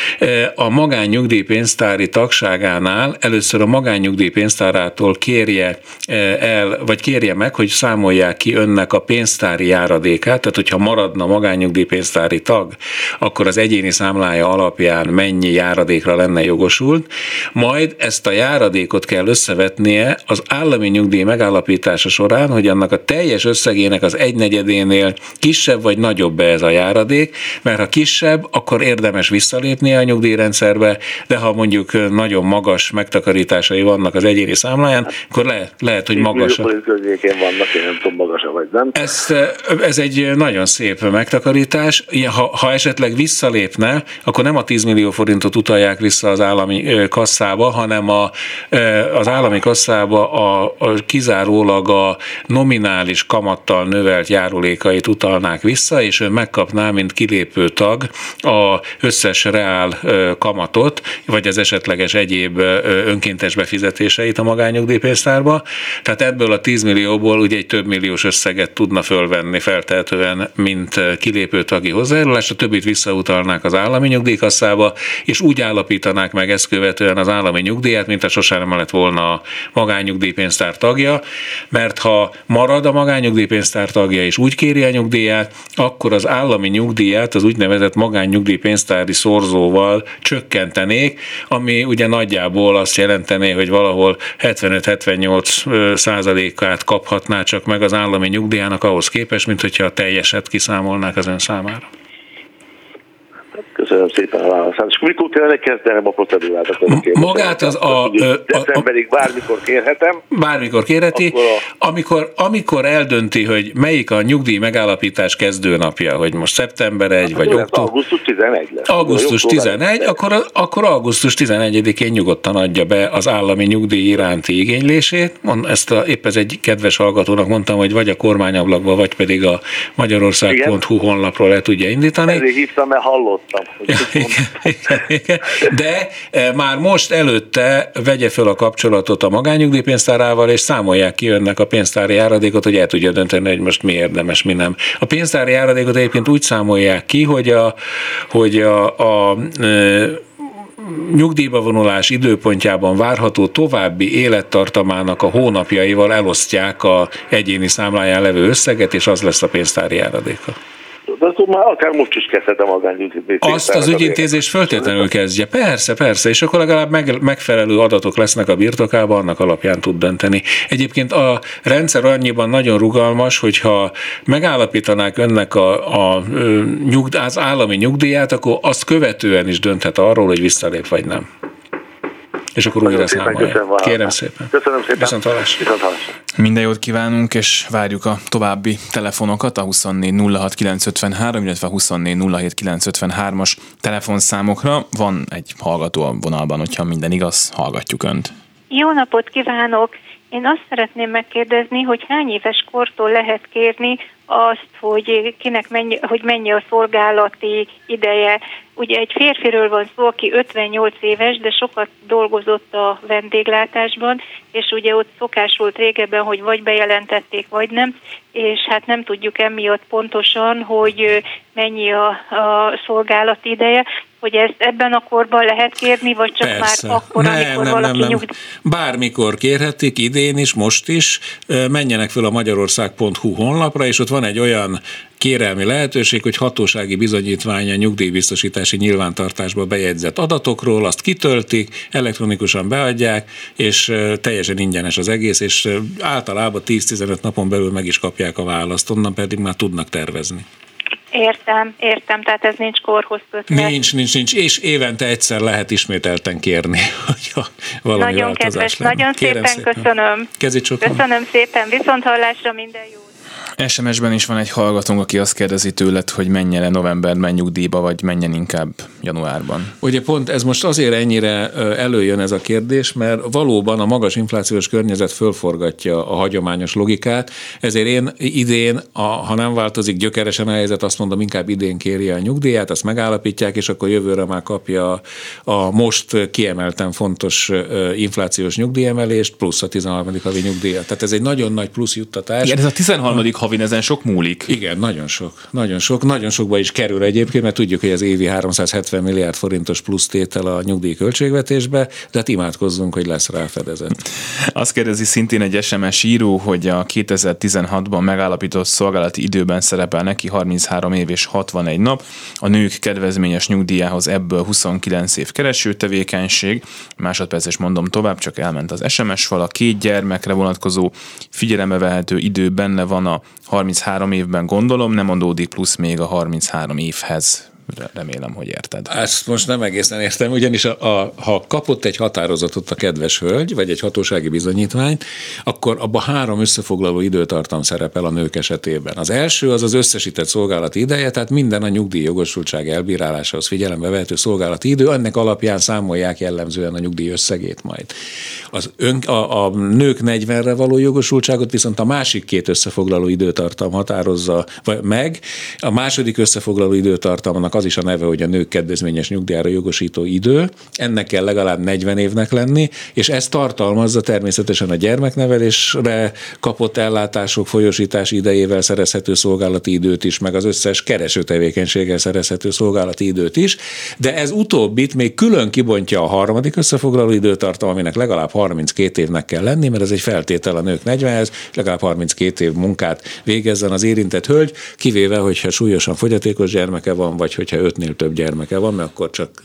A magánnyugdíjpénztári tagságánál először a magánnyugdíjpénztárától kérje el, vagy kérje meg, hogy számolják ki önnek a pénztári járadékát, tehát hogyha maradna magánnyugdíjpénztári tag, akkor az egyéni számlája alapján mennyi járadékra lenne jogosult, majd ezt a járadékot kell összevetnie az állami nyugdíj megállapítása során, hogy annak a teljes összegének az 1/4-énél kisebb vagy nagyobb ez a járadék, mert ha kisebb, akkor érdemes visszalépnie a nyugdíjrendszerbe, de ha mondjuk nagyon magas megtakarításai vannak az egyéni számláján, akkor lehet, hogy magasabb. Vannak, én nem tudom, magasabb vagy nem. Ez egy nagyon szép megtakarítás. Ha esetleg visszalépne, akkor nem a 10 millió forintot utalják vissza az állami kasszába, hanem az állami kasszába kizárólag a nominális kamattal növelt járulékait utalnák vissza, és ő megkapná, mint kilépő tag, az összes reál kamatot, vagy az esetleges egyéb önkéntes befizetéseit a magánnyugdíjpénztárba. Tehát ebből a 10 millióból ugye egy több milliós összeget tudna fölvenni feltehetően, mint kilépő tagi hozzájárulás, a többit visszautalnák az állami nyugdíjkasszába, és úgy állapítanák meg ezt követően az állami nyugdíját, mint a sosem nem lett volna a magánnyugdíjpénztár tagja, mert ha marad a magánnyugdíjpénztár tagja és úgy kéri a nyugdíját, akkor az állami nyugdíját az úgynevezett magánnyugdíjpénztári szorzóval csökkentenék, ami ugye nagyjából azt jelentené, hogy valahol 75-78%-át kaphatná csak meg az állami nyugdíjának ahhoz képest, mint hogyha a teljeset kiszámolnák az ön számára. Köszönöm szépen a válaszát. És mikor kellene kezdenem a procedúrát? Magát decemberig bármikor kérhetem? Bármikor kérheti. Amikor eldönti, hogy melyik a nyugdíj megállapítás kezdőnapja, hogy most szeptember 1 vagy október. Augusztus 11 lesz. Augusztus 11, akkor augusztus 11-én nyugodtan adja be az állami nyugdíj iránti igénylését. Épp ez egy kedves hallgatónak mondtam, hogy vagy a kormányablakba, vagy pedig a magyarország.hu honlapról le tudja indítani. Ezért hívtam, mert hallottam. Igen. De már most előtte vegye föl a kapcsolatot a magánnyugdíjpénztárával, és számolják ki önnek a pénztári járadékot, hogy el tudja dönteni, hogy most mi érdemes, mi nem. A pénztári járadékot egyébként úgy számolják ki, hogy a nyugdíjba vonulás időpontjában várható további élettartamának a hónapjaival elosztják a egyéni számláján levő összeget, és az lesz a pénztári járadéka. De azt már akár most is kezdhetem magánügyintézést. Azt az ügyintézést föltétlenül kezdje. Persze, és akkor legalább megfelelő adatok lesznek a birtokában, annak alapján tud dönteni. Egyébként a rendszer annyiban nagyon rugalmas, hogyha megállapítanák önnek az állami nyugdíját, akkor azt követően is dönthet arról, hogy visszalép vagy nem. És akkor újra számolja. Kérem szépen. Köszönöm szépen. Viszont hallásra. Minden jót kívánunk, és várjuk a további telefonokat a 24 06 953, illetve a 24 07 953-as telefonszámokra. Van egy hallgató a vonalban, hogyha minden igaz, hallgatjuk Önt. Jó napot kívánok! Én azt szeretném megkérdezni, hogy hány éves kortól lehet kérni azt, hogy mennyi a szolgálati ideje. Ugye egy férfiről van szó, aki 58 éves, de sokat dolgozott a vendéglátásban, és ugye ott szokás volt régebben, hogy vagy bejelentették, vagy nem, és hát nem tudjuk emiatt pontosan, hogy mennyi a szolgálati ideje, hogy ezt ebben a korban lehet kérni, vagy csak persze. Már akkor, amikor valaki nyugdíj. Bármikor kérhetik, idén is, most is, menjenek föl a magyarország.hu honlapra, és ott van egy olyan kérelmi lehetőség, hogy hatósági bizonyítvány a nyugdíjbiztosítási nyilvántartásba bejegyzett adatokról, azt kitöltik, elektronikusan beadják, és teljesen ingyenes az egész, és általában 10-15 napon belül meg is kapják a választ, onnan pedig már tudnak tervezni. Értem, tehát ez nincs korhoz kötve. Nincs, és évente egyszer lehet ismételten kérni, hogyha valami nagyon változás kedves, nagyon szépen köszönöm. Köszönöm szépen, viszonthallásra, minden jót. SMS-ben is van egy hallgatónk, aki azt kérdezi tőled, hogy menjen le novemberben nyugdíjba, vagy menjen inkább januárban. Ugye pont ez most azért ennyire előjön ez a kérdés, mert valóban a magas inflációs környezet fölforgatja a hagyományos logikát, ezért én idén, ha nem változik gyökeresen a helyzet, azt mondom, inkább idén kérje a nyugdíját, azt megállapítják, és akkor jövőre már kapja a most kiemelten fontos inflációs nyugdíjemelést, plusz a 13. havi nyugdíjat. Tehát ez egy nagyon nagy plusz juttatás. Igen, ez a 13. havin ezen sok múlik. Igen, nagyon sokba is kerül egyébként, mert tudjuk, hogy az évi 370 milliárd forintos plusz tétel a nyugdíj költségvetésbe, de hát imádkozzunk, hogy lesz rá fedezet. Azt kérdezi szintén egy SMS író, hogy a 2016-ban megállapított szolgálati időben szerepel neki 33 év és 61 nap, a nők kedvezményes nyugdíjához ebből 29 év kereső tevékenység, másodperces mondom tovább, csak elment az SMS fal, a 2 gyermekre vonatkozó figyelembe vehető idő benne van a 33 évben, gondolom, nem adódik plusz még a 33 évhez. Remélem, hogy érted. Ezt most nem egészen értem, ugyanis ha kapott egy határozatot a kedves hölgy, vagy egy hatósági bizonyítványt, akkor abban 3 összefoglaló időtartam szerepel a nők esetében. Az első az összesített szolgálati ideje, tehát minden a nyugdíjjogosultság elbírálásához figyelembe vehető szolgálati idő, ennek alapján számolják jellemzően a nyugdíj összegét majd. A nők 40-re való jogosultságot viszont a másik 2 összefoglaló időtartam határozza meg. A második összefoglaló időtartamnak az is a neve, hogy a nők kedvezményes nyugdíjára jogosító idő, ennek kell legalább 40 évnek lenni, és ez tartalmazza természetesen a gyermeknevelésre kapott ellátások folyosítási idejével szerezhető szolgálati időt is, meg az összes kereső tevékenységgel szerezhető szolgálati időt is, de ez utóbbit még külön kibontja a harmadik összefoglaló időtartam, aminek legalább 32 évnek kell lenni, mert ez egy feltétel a nők 40-hez, legalább 32 év munkát végezzen az érintett hölgy, kivéve, hogyha súlyosan fogyatékos gyermeke van, vagy hogyha 5-nél több gyermeke van, mert akkor csak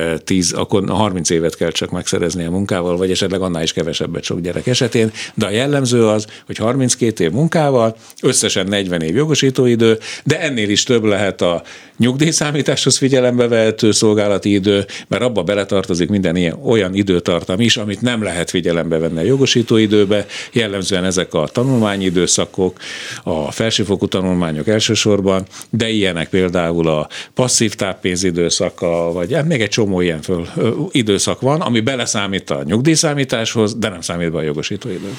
30 évet kell csak megszerezni a munkával, vagy esetleg annál is kevesebbet sok gyerek esetén, de a jellemző az, hogy 32 év munkával, összesen 40 év jogosítóidő, de ennél is több lehet a nyugdíjszámításhoz figyelembe vehető szolgálati idő, mert abba beletartozik minden olyan időtartam is, amit nem lehet figyelembe venni a jogosítóidőbe, jellemzően ezek a tanulmányidőszakok, a felsőfokú tanulmányok elsősorban, de ilyenek például a passzív táppénzidőszaka, vagy még egy csomó ilyen időszak van, ami beleszámít a nyugdíjszámításhoz, de nem számít be a jogosítóidő.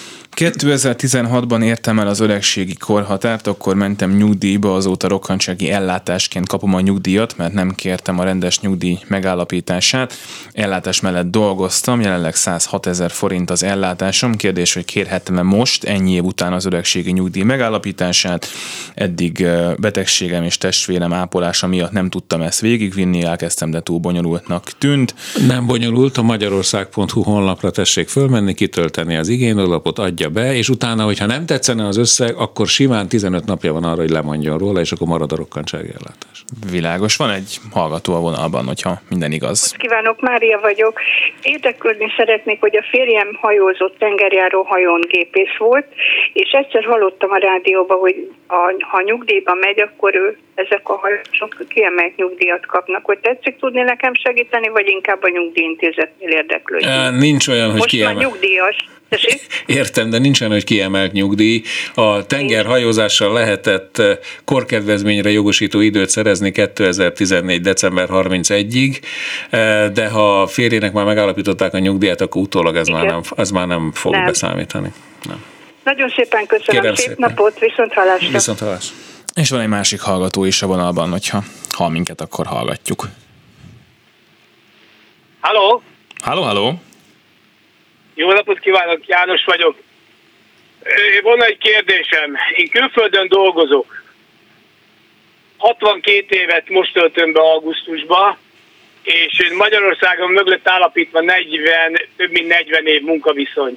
2016-ban értem el az öregségi korhatárt, akkor mentem nyugdíjba, azóta rokkantsági ellátásként kapom a nyugdíjat, mert nem kértem a rendes nyugdíj megállapítását. Ellátás mellett dolgoztam, jelenleg 106 000 forint az ellátásom. Kérdés, hogy kérhetem-e most, ennyi év után az öregségi nyugdíj megállapítását. Eddig betegségem és testvérem ápolása miatt nem tudtam ezt végigvinni, elkezdtem, de túl bonyolultnak tűnt. Nem bonyolult, a magyarország.hu honlapra tessék fölmenni, kitölteni az igénylőlapot, adja be, és utána, hogyha nem tetszene az összeg, akkor simán 15 napja van arra, hogy lemondjon róla, és akkor marad a rokkantsági ellátás. Világos. Van egy hallgató a vonalban, hogyha minden igaz. Kívánok, Mária vagyok. Érdeklődni szeretnék, hogy a férjem hajózott, tengerjáró hajón gépész volt, és egyszer hallottam a rádióban, hogy ha nyugdíjba megy, akkor ezek a hajósok kiemelt nyugdíjat kapnak. Hogy tetszik tudni nekem segíteni, vagy inkább a nyugdíjintézetnél érdeklődni? Nincs olyan, hogy most már nyugdíjas. Értem, de nincs olyan, hogy kiemelt nyugdíj. A tengerhajózással lehetett korkedvezményre jogosító időt szerezni 2014. december 31-ig, de ha férjének már megállapították a nyugdíjat, akkor utólag ez már nem fog beszámítani. Nem. Nagyon szépen köszönöm, Kérem szép szépen. napot, viszonthallásra. Viszonthallásra. És van egy másik hallgató is a vonalban, hogyha hall minket, akkor hallgatjuk. Halló? Halló? Jó napot kívánok, János vagyok. Van egy kérdésem. Én külföldön dolgozok. 62 évet most töltöm be augusztusba, és Magyarországon mögött állapítva több mint 40 év munkaviszony.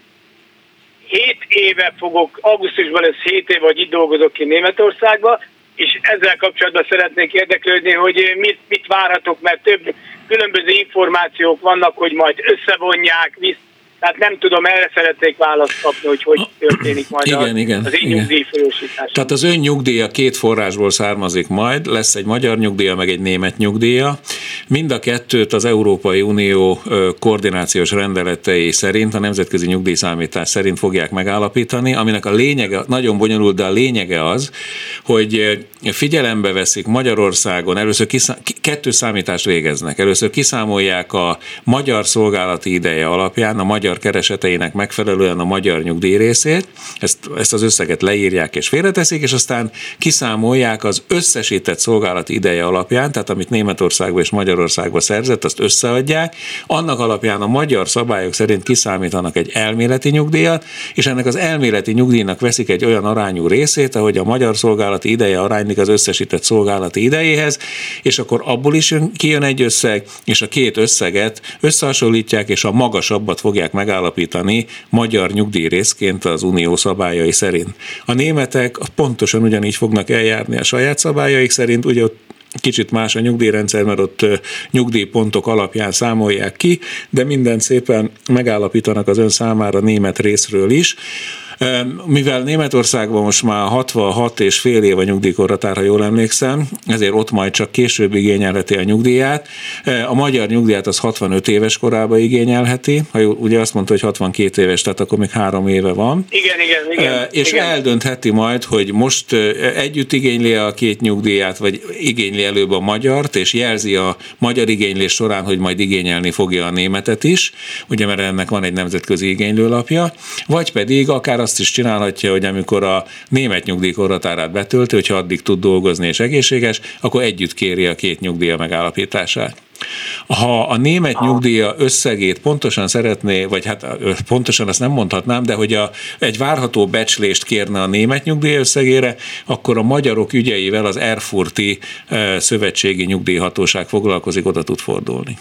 7 éve augusztusban lesz 7 év, hogy itt dolgozok ki Németországba, és ezzel kapcsolatban szeretnék érdeklődni, hogy mit várhatok, mert több különböző információk vannak, hogy majd összevonják, tehát nem tudom, erre szeretnék választ kapni, hogy történik majd az én nyugdíjfolyósítás. Tehát az ön nyugdíja 2 forrásból származik majd, lesz egy magyar nyugdíja, meg egy német nyugdíja. Mind a kettőt az Európai Unió koordinációs rendeletei szerint, a nemzetközi nyugdíjszámítás szerint fogják megállapítani, aminek a lényege, nagyon bonyolult, de a lényege az, hogy figyelembe veszik Magyarországon, először 2 számítást végeznek. Először kiszámolják a magyar szolgálati ideje alapján, a magyar kereseteinek megfelelően a magyar nyugdíj részét, ezt az összeget leírják és félreteszik, és aztán kiszámolják az összesített szolgálati ideje alapján, tehát amit Németországban és Magyarországban szerzett, azt összeadják, annak alapján a magyar szabályok szerint kiszámítanak egy elméleti nyugdíjat, és ennek az elméleti nyugdíjnak veszik egy olyan arányú részét, ahogy a magyar szolgálati ideje aránylik az összesített szolgálati idejéhez, és akkor abból is kijön egy összeg, és a 2 összeget összehasonlítják, és a magasabbat fogják megállapítani magyar nyugdíjrészként az unió szabályai szerint. A németek pontosan ugyanígy fognak eljárni a saját szabályaik szerint, ugye ott kicsit más a nyugdíjrendszer, mert ott nyugdíjpontok alapján számolják ki, de mindent szépen megállapítanak az ön számára német részről is. Mivel Németországban most már 66,5 év a nyugdíjkorhatár, ha jól emlékszem, ezért ott majd csak később igényelheti a nyugdíját. A magyar nyugdíját az 65 éves korában igényelheti, ha ugye azt mondta, hogy 62 éves, tehát akkor még 3 éve van. Igen. És eldöntheti majd, hogy most együtt igényli a 2 nyugdíját, vagy igényli előbb a magyart, és jelzi a magyar igénylés során, hogy majd igényelni fogja a németet is, ugye mert ennek van egy nemzetközi igénylőlapja, vagy pedig akár azt is csinálhatja, hogy amikor a német nyugdíjkorhatárát betölti, hogyha addig tud dolgozni és egészséges, akkor együtt kéri a 2 nyugdíja megállapítását. Ha a német nyugdíja összegét pontosan szeretné, vagy hát pontosan azt nem mondhatnám, de hogy egy várható becslést kérne a német nyugdíj összegére, akkor a magyarok ügyeivel az Erfurti szövetségi nyugdíjhatóság foglalkozik, oda tud fordulni.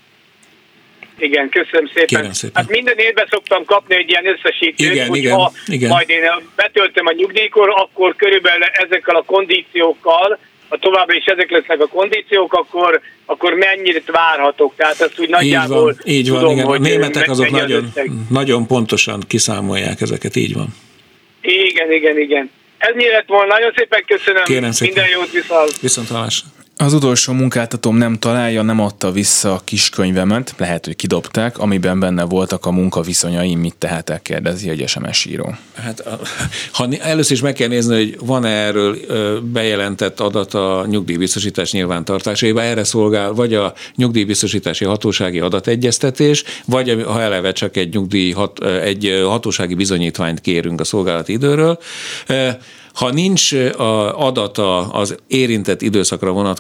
Igen, köszönöm szépen. Hát minden évben szoktam kapni egy ilyen összesítést, hogyha majd én betöltöm a nyugdíjkor, akkor körülbelül ezekkel a kondíciókkal, ha továbbra is ezek lesznek a kondíciók, akkor mennyire várhatok. Tehát azt úgy nagyjából így van, tudom, igen. hogy a németek azok nagyon pontosan kiszámolják ezeket, így van. Igen. Ennyi lett volna. Nagyon szépen köszönöm. Kérem szépen. Minden jót, viszonthallásra. Az utolsó munkáltatóm nem találja, nem adta vissza a kiskönyvemet, lehet, hogy kidobták, amiben benne voltak a munkaviszonyaim, mit tehetek, kérdezi egy SMS író. Hát először is meg kell nézni, hogy van-e erről bejelentett adat a nyugdíjbiztosítás nyilvántartásaiba, erre szolgál vagy a nyugdíjbiztosítási hatósági adategyeztetés, vagy ha eleve csak egy hatósági bizonyítványt kérünk a szolgálati időről. Ha nincs adata az érintett időszakra vonatkozóan,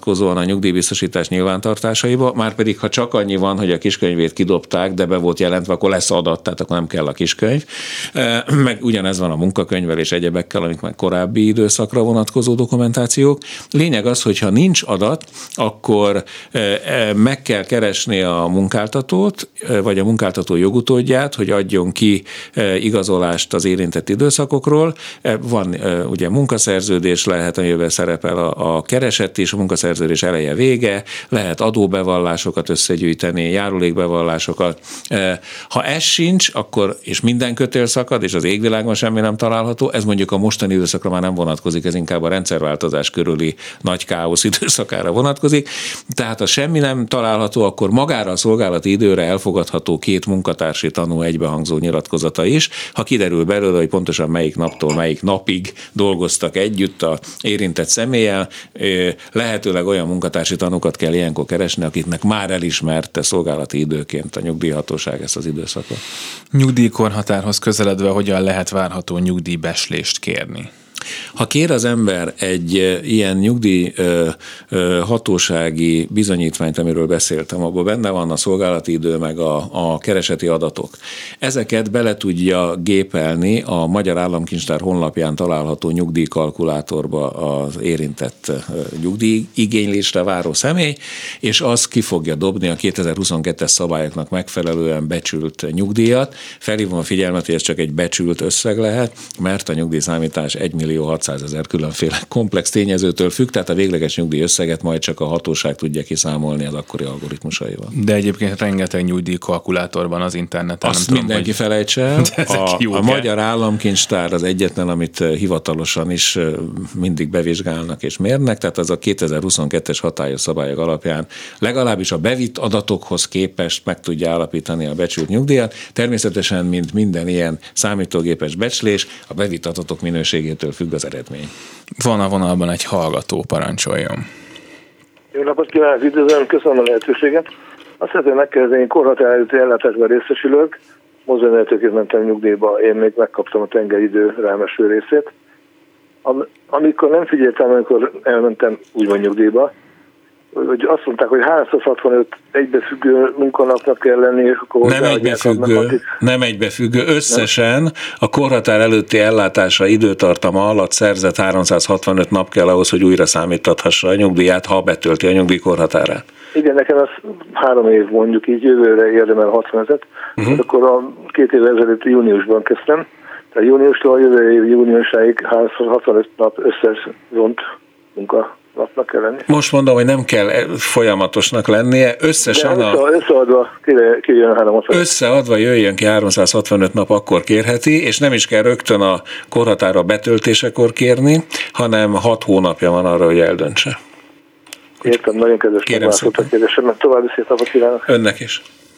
vonatkozóan a nyugdíjbiztosítás nyilvántartásaiba, márpedig ha csak annyi van, hogy a kiskönyvét kidobták, de be volt jelentve, akkor lesz adat, tehát akkor nem kell a kiskönyv. Meg ugyanez van a munkakönyvvel és egyebekkel, amik már korábbi időszakra vonatkozó dokumentációk. Lényeg az, hogy ha nincs adat, akkor meg kell keresni a munkáltatót, vagy a munkáltató jogutódját, hogy adjon ki igazolást az érintett időszakokról. Van ugye munkaszerződés, lehet, amiben szerepel a kereset is, a munkaszerződés eleje vége, lehet adóbevallásokat összegyűjteni, járulékbevallásokat. Ha ez sincs, akkor, és minden kötél szakad, és az égvilágon semmi nem található, ez mondjuk a mostani időszakra már nem vonatkozik, ez inkább a rendszerváltozás körüli nagy káosz időszakára vonatkozik. Tehát ha semmi nem található, akkor magára a szolgálati időre elfogadható 2 munkatársi tanú egybehangzó nyilatkozata is. Ha kiderül belőle, hogy pontosan melyik naptól melyik napig dolgoztak együtt a érintett személlyel, lehetőleg olyan munkatársi tanúkat kell ilyenkor keresni, akiknek már elismerte szolgálati időként a nyugdíjhatóság ezt az időszakot. Nyugdíjkorhatárhoz közeledve hogyan lehet várható nyugdíjbeslést kérni? Ha kér az ember egy ilyen nyugdíj hatósági bizonyítványt, amiről beszéltem, abban benne van a szolgálati idő meg a kereseti adatok. Ezeket bele tudja gépelni a Magyar Államkincstár honlapján található nyugdíjkalkulátorba az érintett nyugdíjigénylésre váró személy, és az ki fogja dobni a 2022-es szabályoknak megfelelően becsült nyugdíjat. Felhívom a figyelmet, hogy ez csak egy becsült összeg lehet, mert a nyugdíjszámítás 1.600.000 különféle komplex tényezőtől függ, tehát a végleges nyugdíj összeget majd csak a hatóság tudja kiszámolni az akkori algoritmusaival. De egyébként rengeteg nyugdíjkalkulátorban az interneten. Azt nem mindenki felejts el. A Magyar Államkincstár az egyetlen, amit hivatalosan is mindig bevizsgálnak és mérnek, tehát az a 2022-es hatályos szabályok alapján legalábbis a bevitt adatokhoz képest meg tudja állapítani a becsült nyugdíjat. Természetesen, mint minden ilyen számítógépes becslés, a bevitt adatok minőségétől függ az eredmény. Van a vonalban egy hallgató, parancsoljon. Jó napot kívánok, üdvözlöm, köszönöm a lehetőséget. Azt szeretném megkérdezni, én korhatározati ellátásban részesülök, mozdonyvezetőként mentem nyugdíjba, én még megkaptam a tengeridő rámeső részét. Amikor nem figyeltem, amikor elmentem úgymond nyugdíjba, hogy azt mondták, hogy 365 egybefüggő munkanapnak kell lenni, és akkor nem egybefüggő. Összesen a korhatár előtti ellátása időtartama alatt szerzett 365 nap kell ahhoz, hogy újra számítathassa a nyugdíját, ha betölti a nyugdíjkorhatárát. Igen, nekem az 3 év mondjuk így, jövőre érdemel 60 000. Akkor a 2 évvel ezelőtt júniusban kezdtem, tehát júniustól a jövő év júniusáig 365 nap összes zont munkanapnak kell lenni. Most mondom, hogy nem kell folyamatosnak lennie, összeadva kijön 365. Összeadva jöjjön ki 365 nap, akkor kérheti, és nem is kell rögtön a korhatára betöltésekor kérni, hanem 6 hónapja van arra, hogy eldöntse. Értem, nagyon kedves megválaszolt a kérdésemnek. További szép napot kívánok. Önnek is.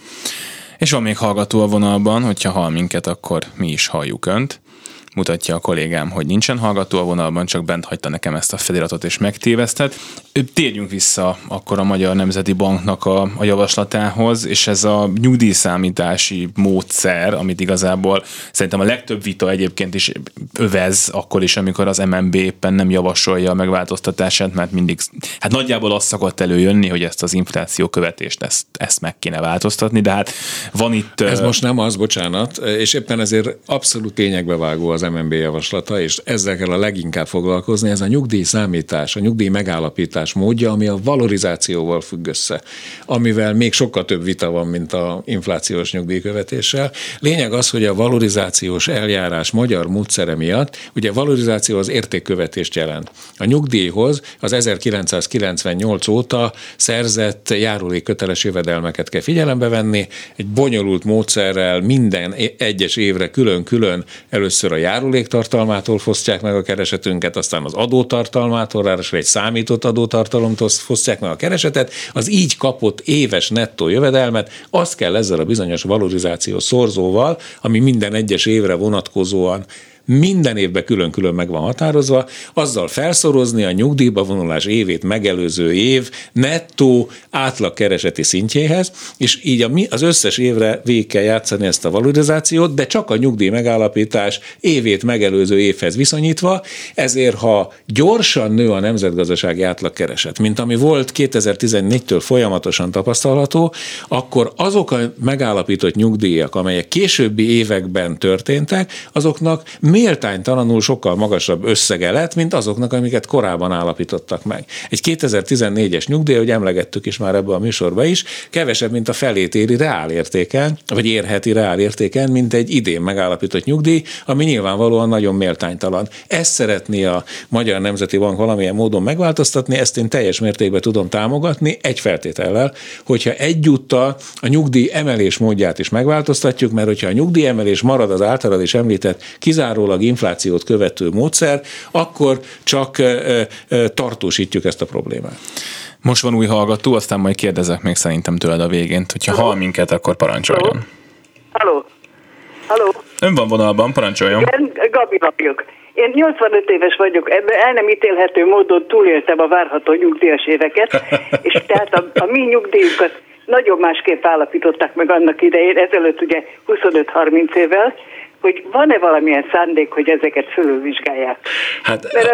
És van még hallgató a vonalban, hogyha hall minket, akkor mi is halljuk önt. Mutatja a kollégám, hogy nincsen hallgató a vonalban, csak bent hagyta nekem ezt a feliratot és megtévesztett. Térjünk vissza akkor a Magyar Nemzeti Banknak a javaslatához, és ez a nyugdíjszámítási módszer, amit igazából szerintem a legtöbb vita egyébként is övez, akkor is, amikor az MNB éppen nem javasolja a megváltoztatását, mert mindig, hát nagyjából az szokott előjönni, hogy ezt az infláció követést, ezt meg kéne változtatni, de hát van itt... Ez most nem az, bocsánat, és éppen ezért abszolút lényegbevágó az MNB javaslata, és ezzel kell a leginkább foglalkozni, ez a nyugdíjszámítás, a nyugdíj megállapítás módja, ami a valorizációval függ össze, amivel még sokkal több vita van, mint a inflációs nyugdíjkövetéssel. Lényeg az, hogy a valorizációs eljárás magyar módszere miatt, ugye valorizáció az értékkövetést jelent. A nyugdíjhoz az 1998 óta szerzett járulékköteles jövedelmeket kell figyelembe venni, egy bonyolult módszerrel minden egyes évre külön-külön először a járuléktartalmától fosztják meg a keresetünket, aztán az adótartalmától, ráadásul egy számított adótartalomtól fosztják meg a keresetet, az így kapott éves nettó jövedelmet, azt kell ezzel a bizonyos valorizációs szorzóval, ami minden egyes évre vonatkozóan minden évben külön-külön meg van határozva, azzal felszorozni a nyugdíjba vonulás évét megelőző év nettó átlagkereseti szintjéhez, és így az összes évre végig kell játszani ezt a valorizációt, de csak a nyugdíj megállapítás évét megelőző évhez viszonyítva, ezért ha gyorsan nő a nemzetgazdasági átlagkereset, mint ami volt 2014-től folyamatosan tapasztalható, akkor azok a megállapított nyugdíjak, amelyek későbbi években történtek, azoknak méltánytalanul sokkal magasabb összege lett, mint azoknak, amiket korábban állapítottak meg. Egy 2014-es nyugdíj, hogy emlegettük is már ebbe a műsorba is, kevesebb, mint a felét éri reálértéken, vagy érheti reálértéken, mint egy idén megállapított nyugdíj, ami nyilvánvalóan nagyon méltánytalan. Ezt szeretné a Magyar Nemzeti Bank valamilyen módon megváltoztatni, ezt én teljes mértékben tudom támogatni, egy feltétellel, hogyha egyúttal a nyugdíj emelés módját is megváltoztatjuk, mert hogyha a nyugdíj emelés marad az általad is említett kizárólag inflációt követő módszer, akkor csak tartósítjuk ezt a problémát. Most van új hallgató, aztán majd kérdezek még szerintem tőled a végén. Hogyha hall minket, akkor parancsoljon. Halló. Ön van vonalban, parancsoljon. Igen, Gabi vagyok. Én 85 éves vagyok, el nem ítélhető módon túléltem a várható nyugdíjas éveket, és tehát a mi nyugdíjukat nagyon másképp állapították meg annak idején, ezelőtt ugye 25-30 évvel, hogy van-e valamilyen szándék, hogy ezeket fölülvizsgálják. Mert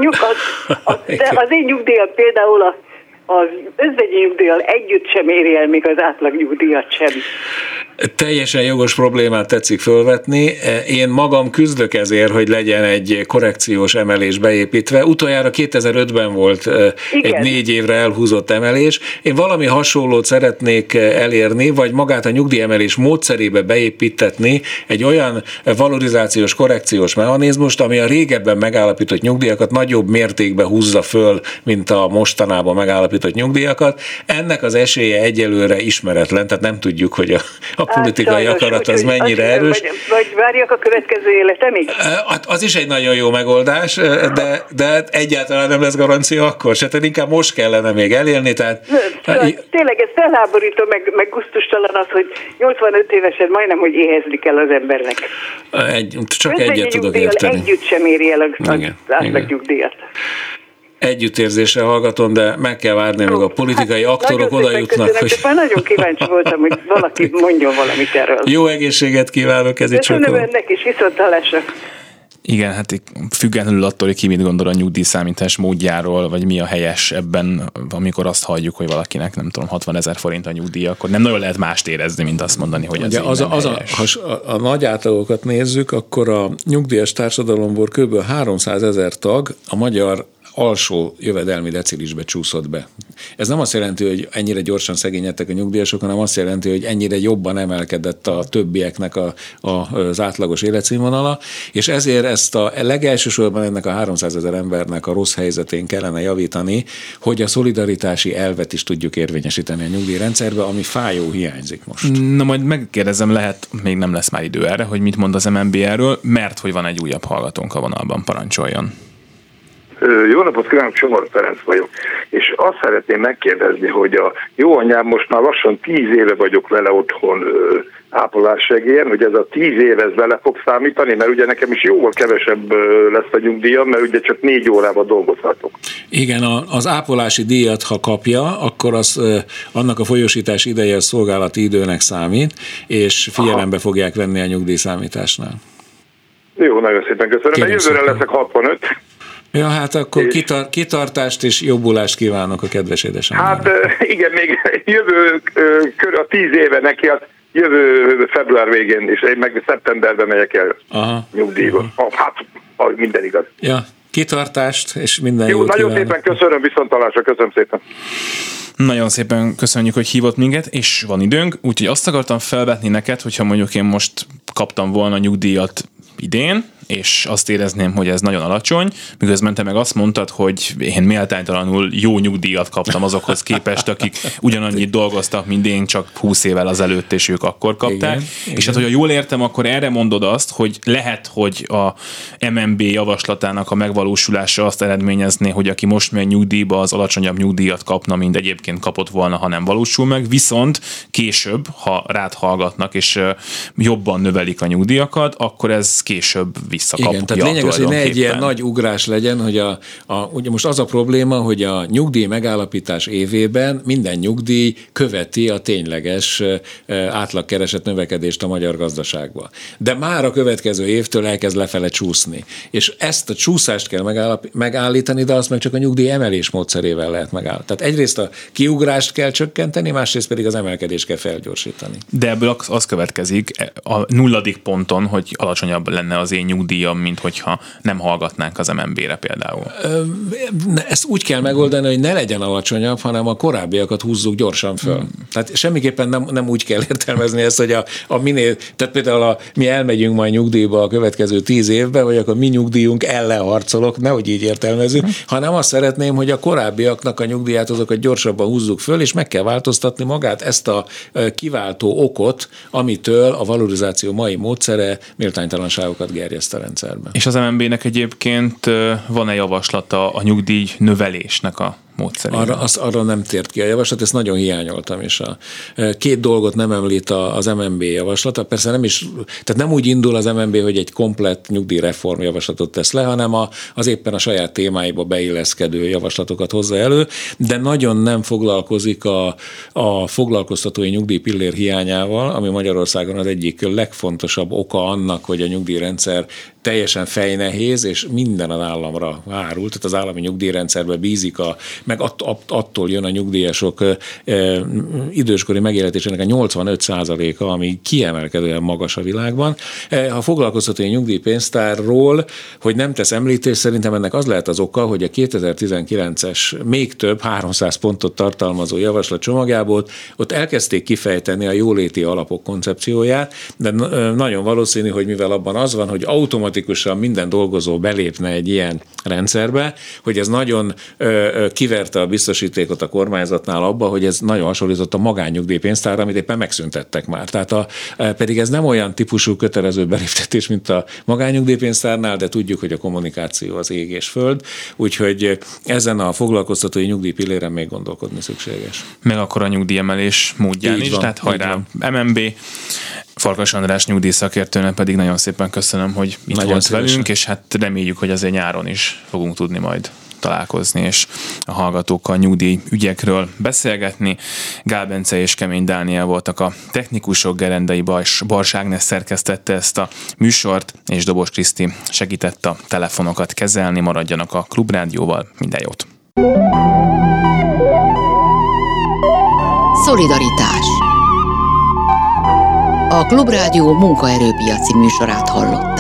de az én nyugdíjam például az özvegyi nyugdíjjal együtt sem éri el még az átlag nyugdíjat sem. Teljesen jogos problémát tetszik fölvetni. Én magam küzdök ezért, hogy legyen egy korrekciós emelés beépítve. Utoljára 2005-ben volt egy 4 évre elhúzott emelés. Én valami hasonlót szeretnék elérni, vagy magát a nyugdíjemelés módszerébe beépítetni egy olyan valorizációs korrekciós mechanizmust, ami a régebben megállapított nyugdíjakat nagyobb mértékben húzza föl, mint a mostanában megállapított nyugdíjakat. Ennek az esélye egyelőre ismeretlen, tehát nem tudjuk, hogy a politikai akarat az mennyire erős. Vagy várjak a következő életemig? Az is egy nagyon jó megoldás, de egyáltalán nem lesz garancia akkor se, tehát inkább most kellene még elélni. Tehát... Tényleg ez felháborító, meg gusztustalan az, hogy 85 évesen majdnem, hogy éhezni kell az embernek. Csak egyet tudok érteni. Együtt sem éri el az átlagnyugdíjat. Együttérzésre hallgatom, de meg kell várni, még a politikai aktorok oda jutnak. Hogy... Már nagyon kíváncsi voltam, hogy valaki mondjon valamit erről. Jó egészséget kívánok, ez itt sokkal. Köszönöm önnek is, viszonthallásra. Igen, hát függetlenül attól, hogy ki mit gondol a nyugdíjszámítás módjáról, vagy mi a helyes ebben, amikor azt halljuk, hogy valakinek nem tudom, 60 000 forint a nyugdíj, akkor nem nagyon lehet mást érezni, mint azt mondani, hogy ez ha a nagy átlagokat nézzük, akkor a nyugdíjas társadalomból kb. 300 000 tag a magyar alsó jövedelmi decilisbe csúszott be. Ez nem azt jelenti, hogy ennyire gyorsan szegényedtek a nyugdíjasok, hanem azt jelenti, hogy ennyire jobban emelkedett a többieknek az átlagos életszínvonala, és ezért ezt a legelsősorban ennek a 300 000 embernek a rossz helyzetén kellene javítani, hogy a szolidaritási elvet is tudjuk érvényesíteni a nyugdíjrendszerbe, ami fájó hiányzik most. Na majd megkérdezem, lehet, még nem lesz már idő erre, hogy mit mond az MNB erről, mert hogy van egy újabb hallgatónk a vonalban, parancsoljon. Jó napot kívánok, Csomor Ferenc vagyok, és azt szeretném megkérdezni, hogy a jó anyám most már lassan 10 éve vagyok vele otthon ápolássegélyen, hogy ez a 10 év ez bele fog számítani, mert ugye nekem is jóval kevesebb lesz a nyugdíjam, mert ugye csak 4 órában dolgozhatok. Igen, az ápolási díjat, ha kapja, akkor annak a folyósítás ideje a szolgálati időnek számít, és figyelembe fogják venni a nyugdíjszámításnál. Jó, nagyon szépen köszönöm, mert jövőre leszek 65. Ja, hát akkor kitartást és jobbulást kívánok a kedves édesanyjának. Hát igen, még jövő a 10 éve neki, az jövő február végén, és én meg szeptemberben megyek el nyugdíjba. Hát, minden igaz. Ja, kitartást és minden jó, jót nagyon kívánok. Szépen köszönöm, viszontlátásra, köszönöm szépen. Nagyon szépen köszönjük, hogy hívott minket, és van időnk, úgyhogy azt akartam felvetni neked, hogyha mondjuk én most kaptam volna nyugdíjat idén, és azt érezném, hogy ez nagyon alacsony, miközben te meg azt mondtad, hogy én méltánytalanul jó nyugdíjat kaptam azokhoz képest, akik ugyanannyit dolgoztak, mint én, csak 20 évvel azelőtt, és ők akkor kapták. Igen, és hát, hogyha jól értem, akkor erre mondod azt, hogy lehet, hogy a MNB javaslatának a megvalósulása azt eredményezné, hogy aki most megy nyugdíjba, az alacsonyabb nyugdíjat kapna, mint egyébként kapott volna, ha nem valósul meg, viszont később, ha rád hallgatnak, és jobban növelik a nyugdíjakat, akkor ez később visszakapja. Igen, tehát lényeg az, hogy ne egy ilyen nagy ugrás legyen, hogy ugye most az a probléma, hogy a nyugdíj megállapítás évében minden nyugdíj követi a tényleges átlagkereset növekedést a magyar gazdaságban. De már a következő évtől elkezd lefele csúszni. És ezt a csúszást kell megállítani, de azt meg csak a nyugdíj emelés módszerével lehet megállítani. Tehát egyrészt a kiugrást kell csökkenteni, másrészt pedig az emelkedést kell felgyorsítani. De ebből az következik a 0. ponton, hogy alacsonyabb lenne az én nyugdíjam, mint hogyha nem hallgatnánk az MNB-re például. Ezt úgy kell megoldani, hogy ne legyen alacsonyabb, hanem a korábbiakat húzzuk gyorsan föl. Tehát semmiképpen nem úgy kell értelmezni ezt, hogy a minél, tehát például mi elmegyünk majd nyugdíjba a következő 10 évben, vagy akkor mi nyugdíjunk ellen harcolok, nehogy így értelmezzük, hanem azt szeretném, hogy a korábbiaknak a nyugdíját azokat gyorsabban húzzuk föl, és meg kell változtatni magát ezt a kiváltó okot, amitől a valorizáció mai módszere méltánytalanságokat gerjeszt a rendszerben. És az MNB-nek egyébként van-e javaslata a nyugdíj növelésnek a módszerében? Arra nem tért ki a javaslat, ezt nagyon hiányoltam, és két dolgot nem említ az MNB javaslata. Persze tehát nem úgy indul az MNB, hogy egy komplett nyugdíjreform javaslatot tesz le, hanem az éppen a saját témáiba beilleszkedő javaslatokat hozza elő, de nagyon nem foglalkozik a foglalkoztatói nyugdíjpillér hiányával, ami Magyarországon az egyik legfontosabb oka annak, hogy a nyugdíjrendszer teljesen fejnehéz, és minden az államra hárul, tehát az állami nyugdíjrendszerbe bízik, meg attól jön a nyugdíjasok időskori megéletésének a 85%-a, ami kiemelkedően magas a világban. Ha foglalkoztatói nyugdíjpénztárról, hogy nem tesz említést, szerintem ennek az lehet az oka, hogy a 2019-es még több 300 pontot tartalmazó javaslat csomagjából ott elkezdték kifejteni a jóléti alapok koncepcióját, de nagyon valószínű, hogy mivel abban az van, hogy automatikusan minden dolgozó belépne egy ilyen rendszerbe, hogy ez nagyon kiverte a biztosítékot a kormányzatnál abba, hogy ez nagyon hasonlított a magánnyugdíjpénztárra, amit éppen megszüntettek már. Tehát pedig ez nem olyan típusú kötelező beléptetés, mint a magánnyugdíjpénztárnál, de tudjuk, hogy a kommunikáció az ég és föld, úgyhogy ezen a foglalkoztatói nyugdíjpilléren még gondolkodni szükséges. Meg akkor a nyugdíjemelés módján is, tehát hajrá MNB. Farkas András nyugdíjszakértőnek pedig nagyon szépen köszönöm, hogy itt volt velünk, és hát reméljük, hogy azért nyáron is fogunk tudni majd találkozni, és a hallgatókkal nyugdíj ügyekről beszélgetni. Gál Bence és Kemény Dániel voltak a technikusok, Gerendai Bars Ágnes szerkesztette ezt a műsort, és Dobos Kriszti segített a telefonokat kezelni. Maradjanak a Klubrádióval, minden jót! Szolidaritás. A Klubrádió munkaerőpiaci műsorát hallott.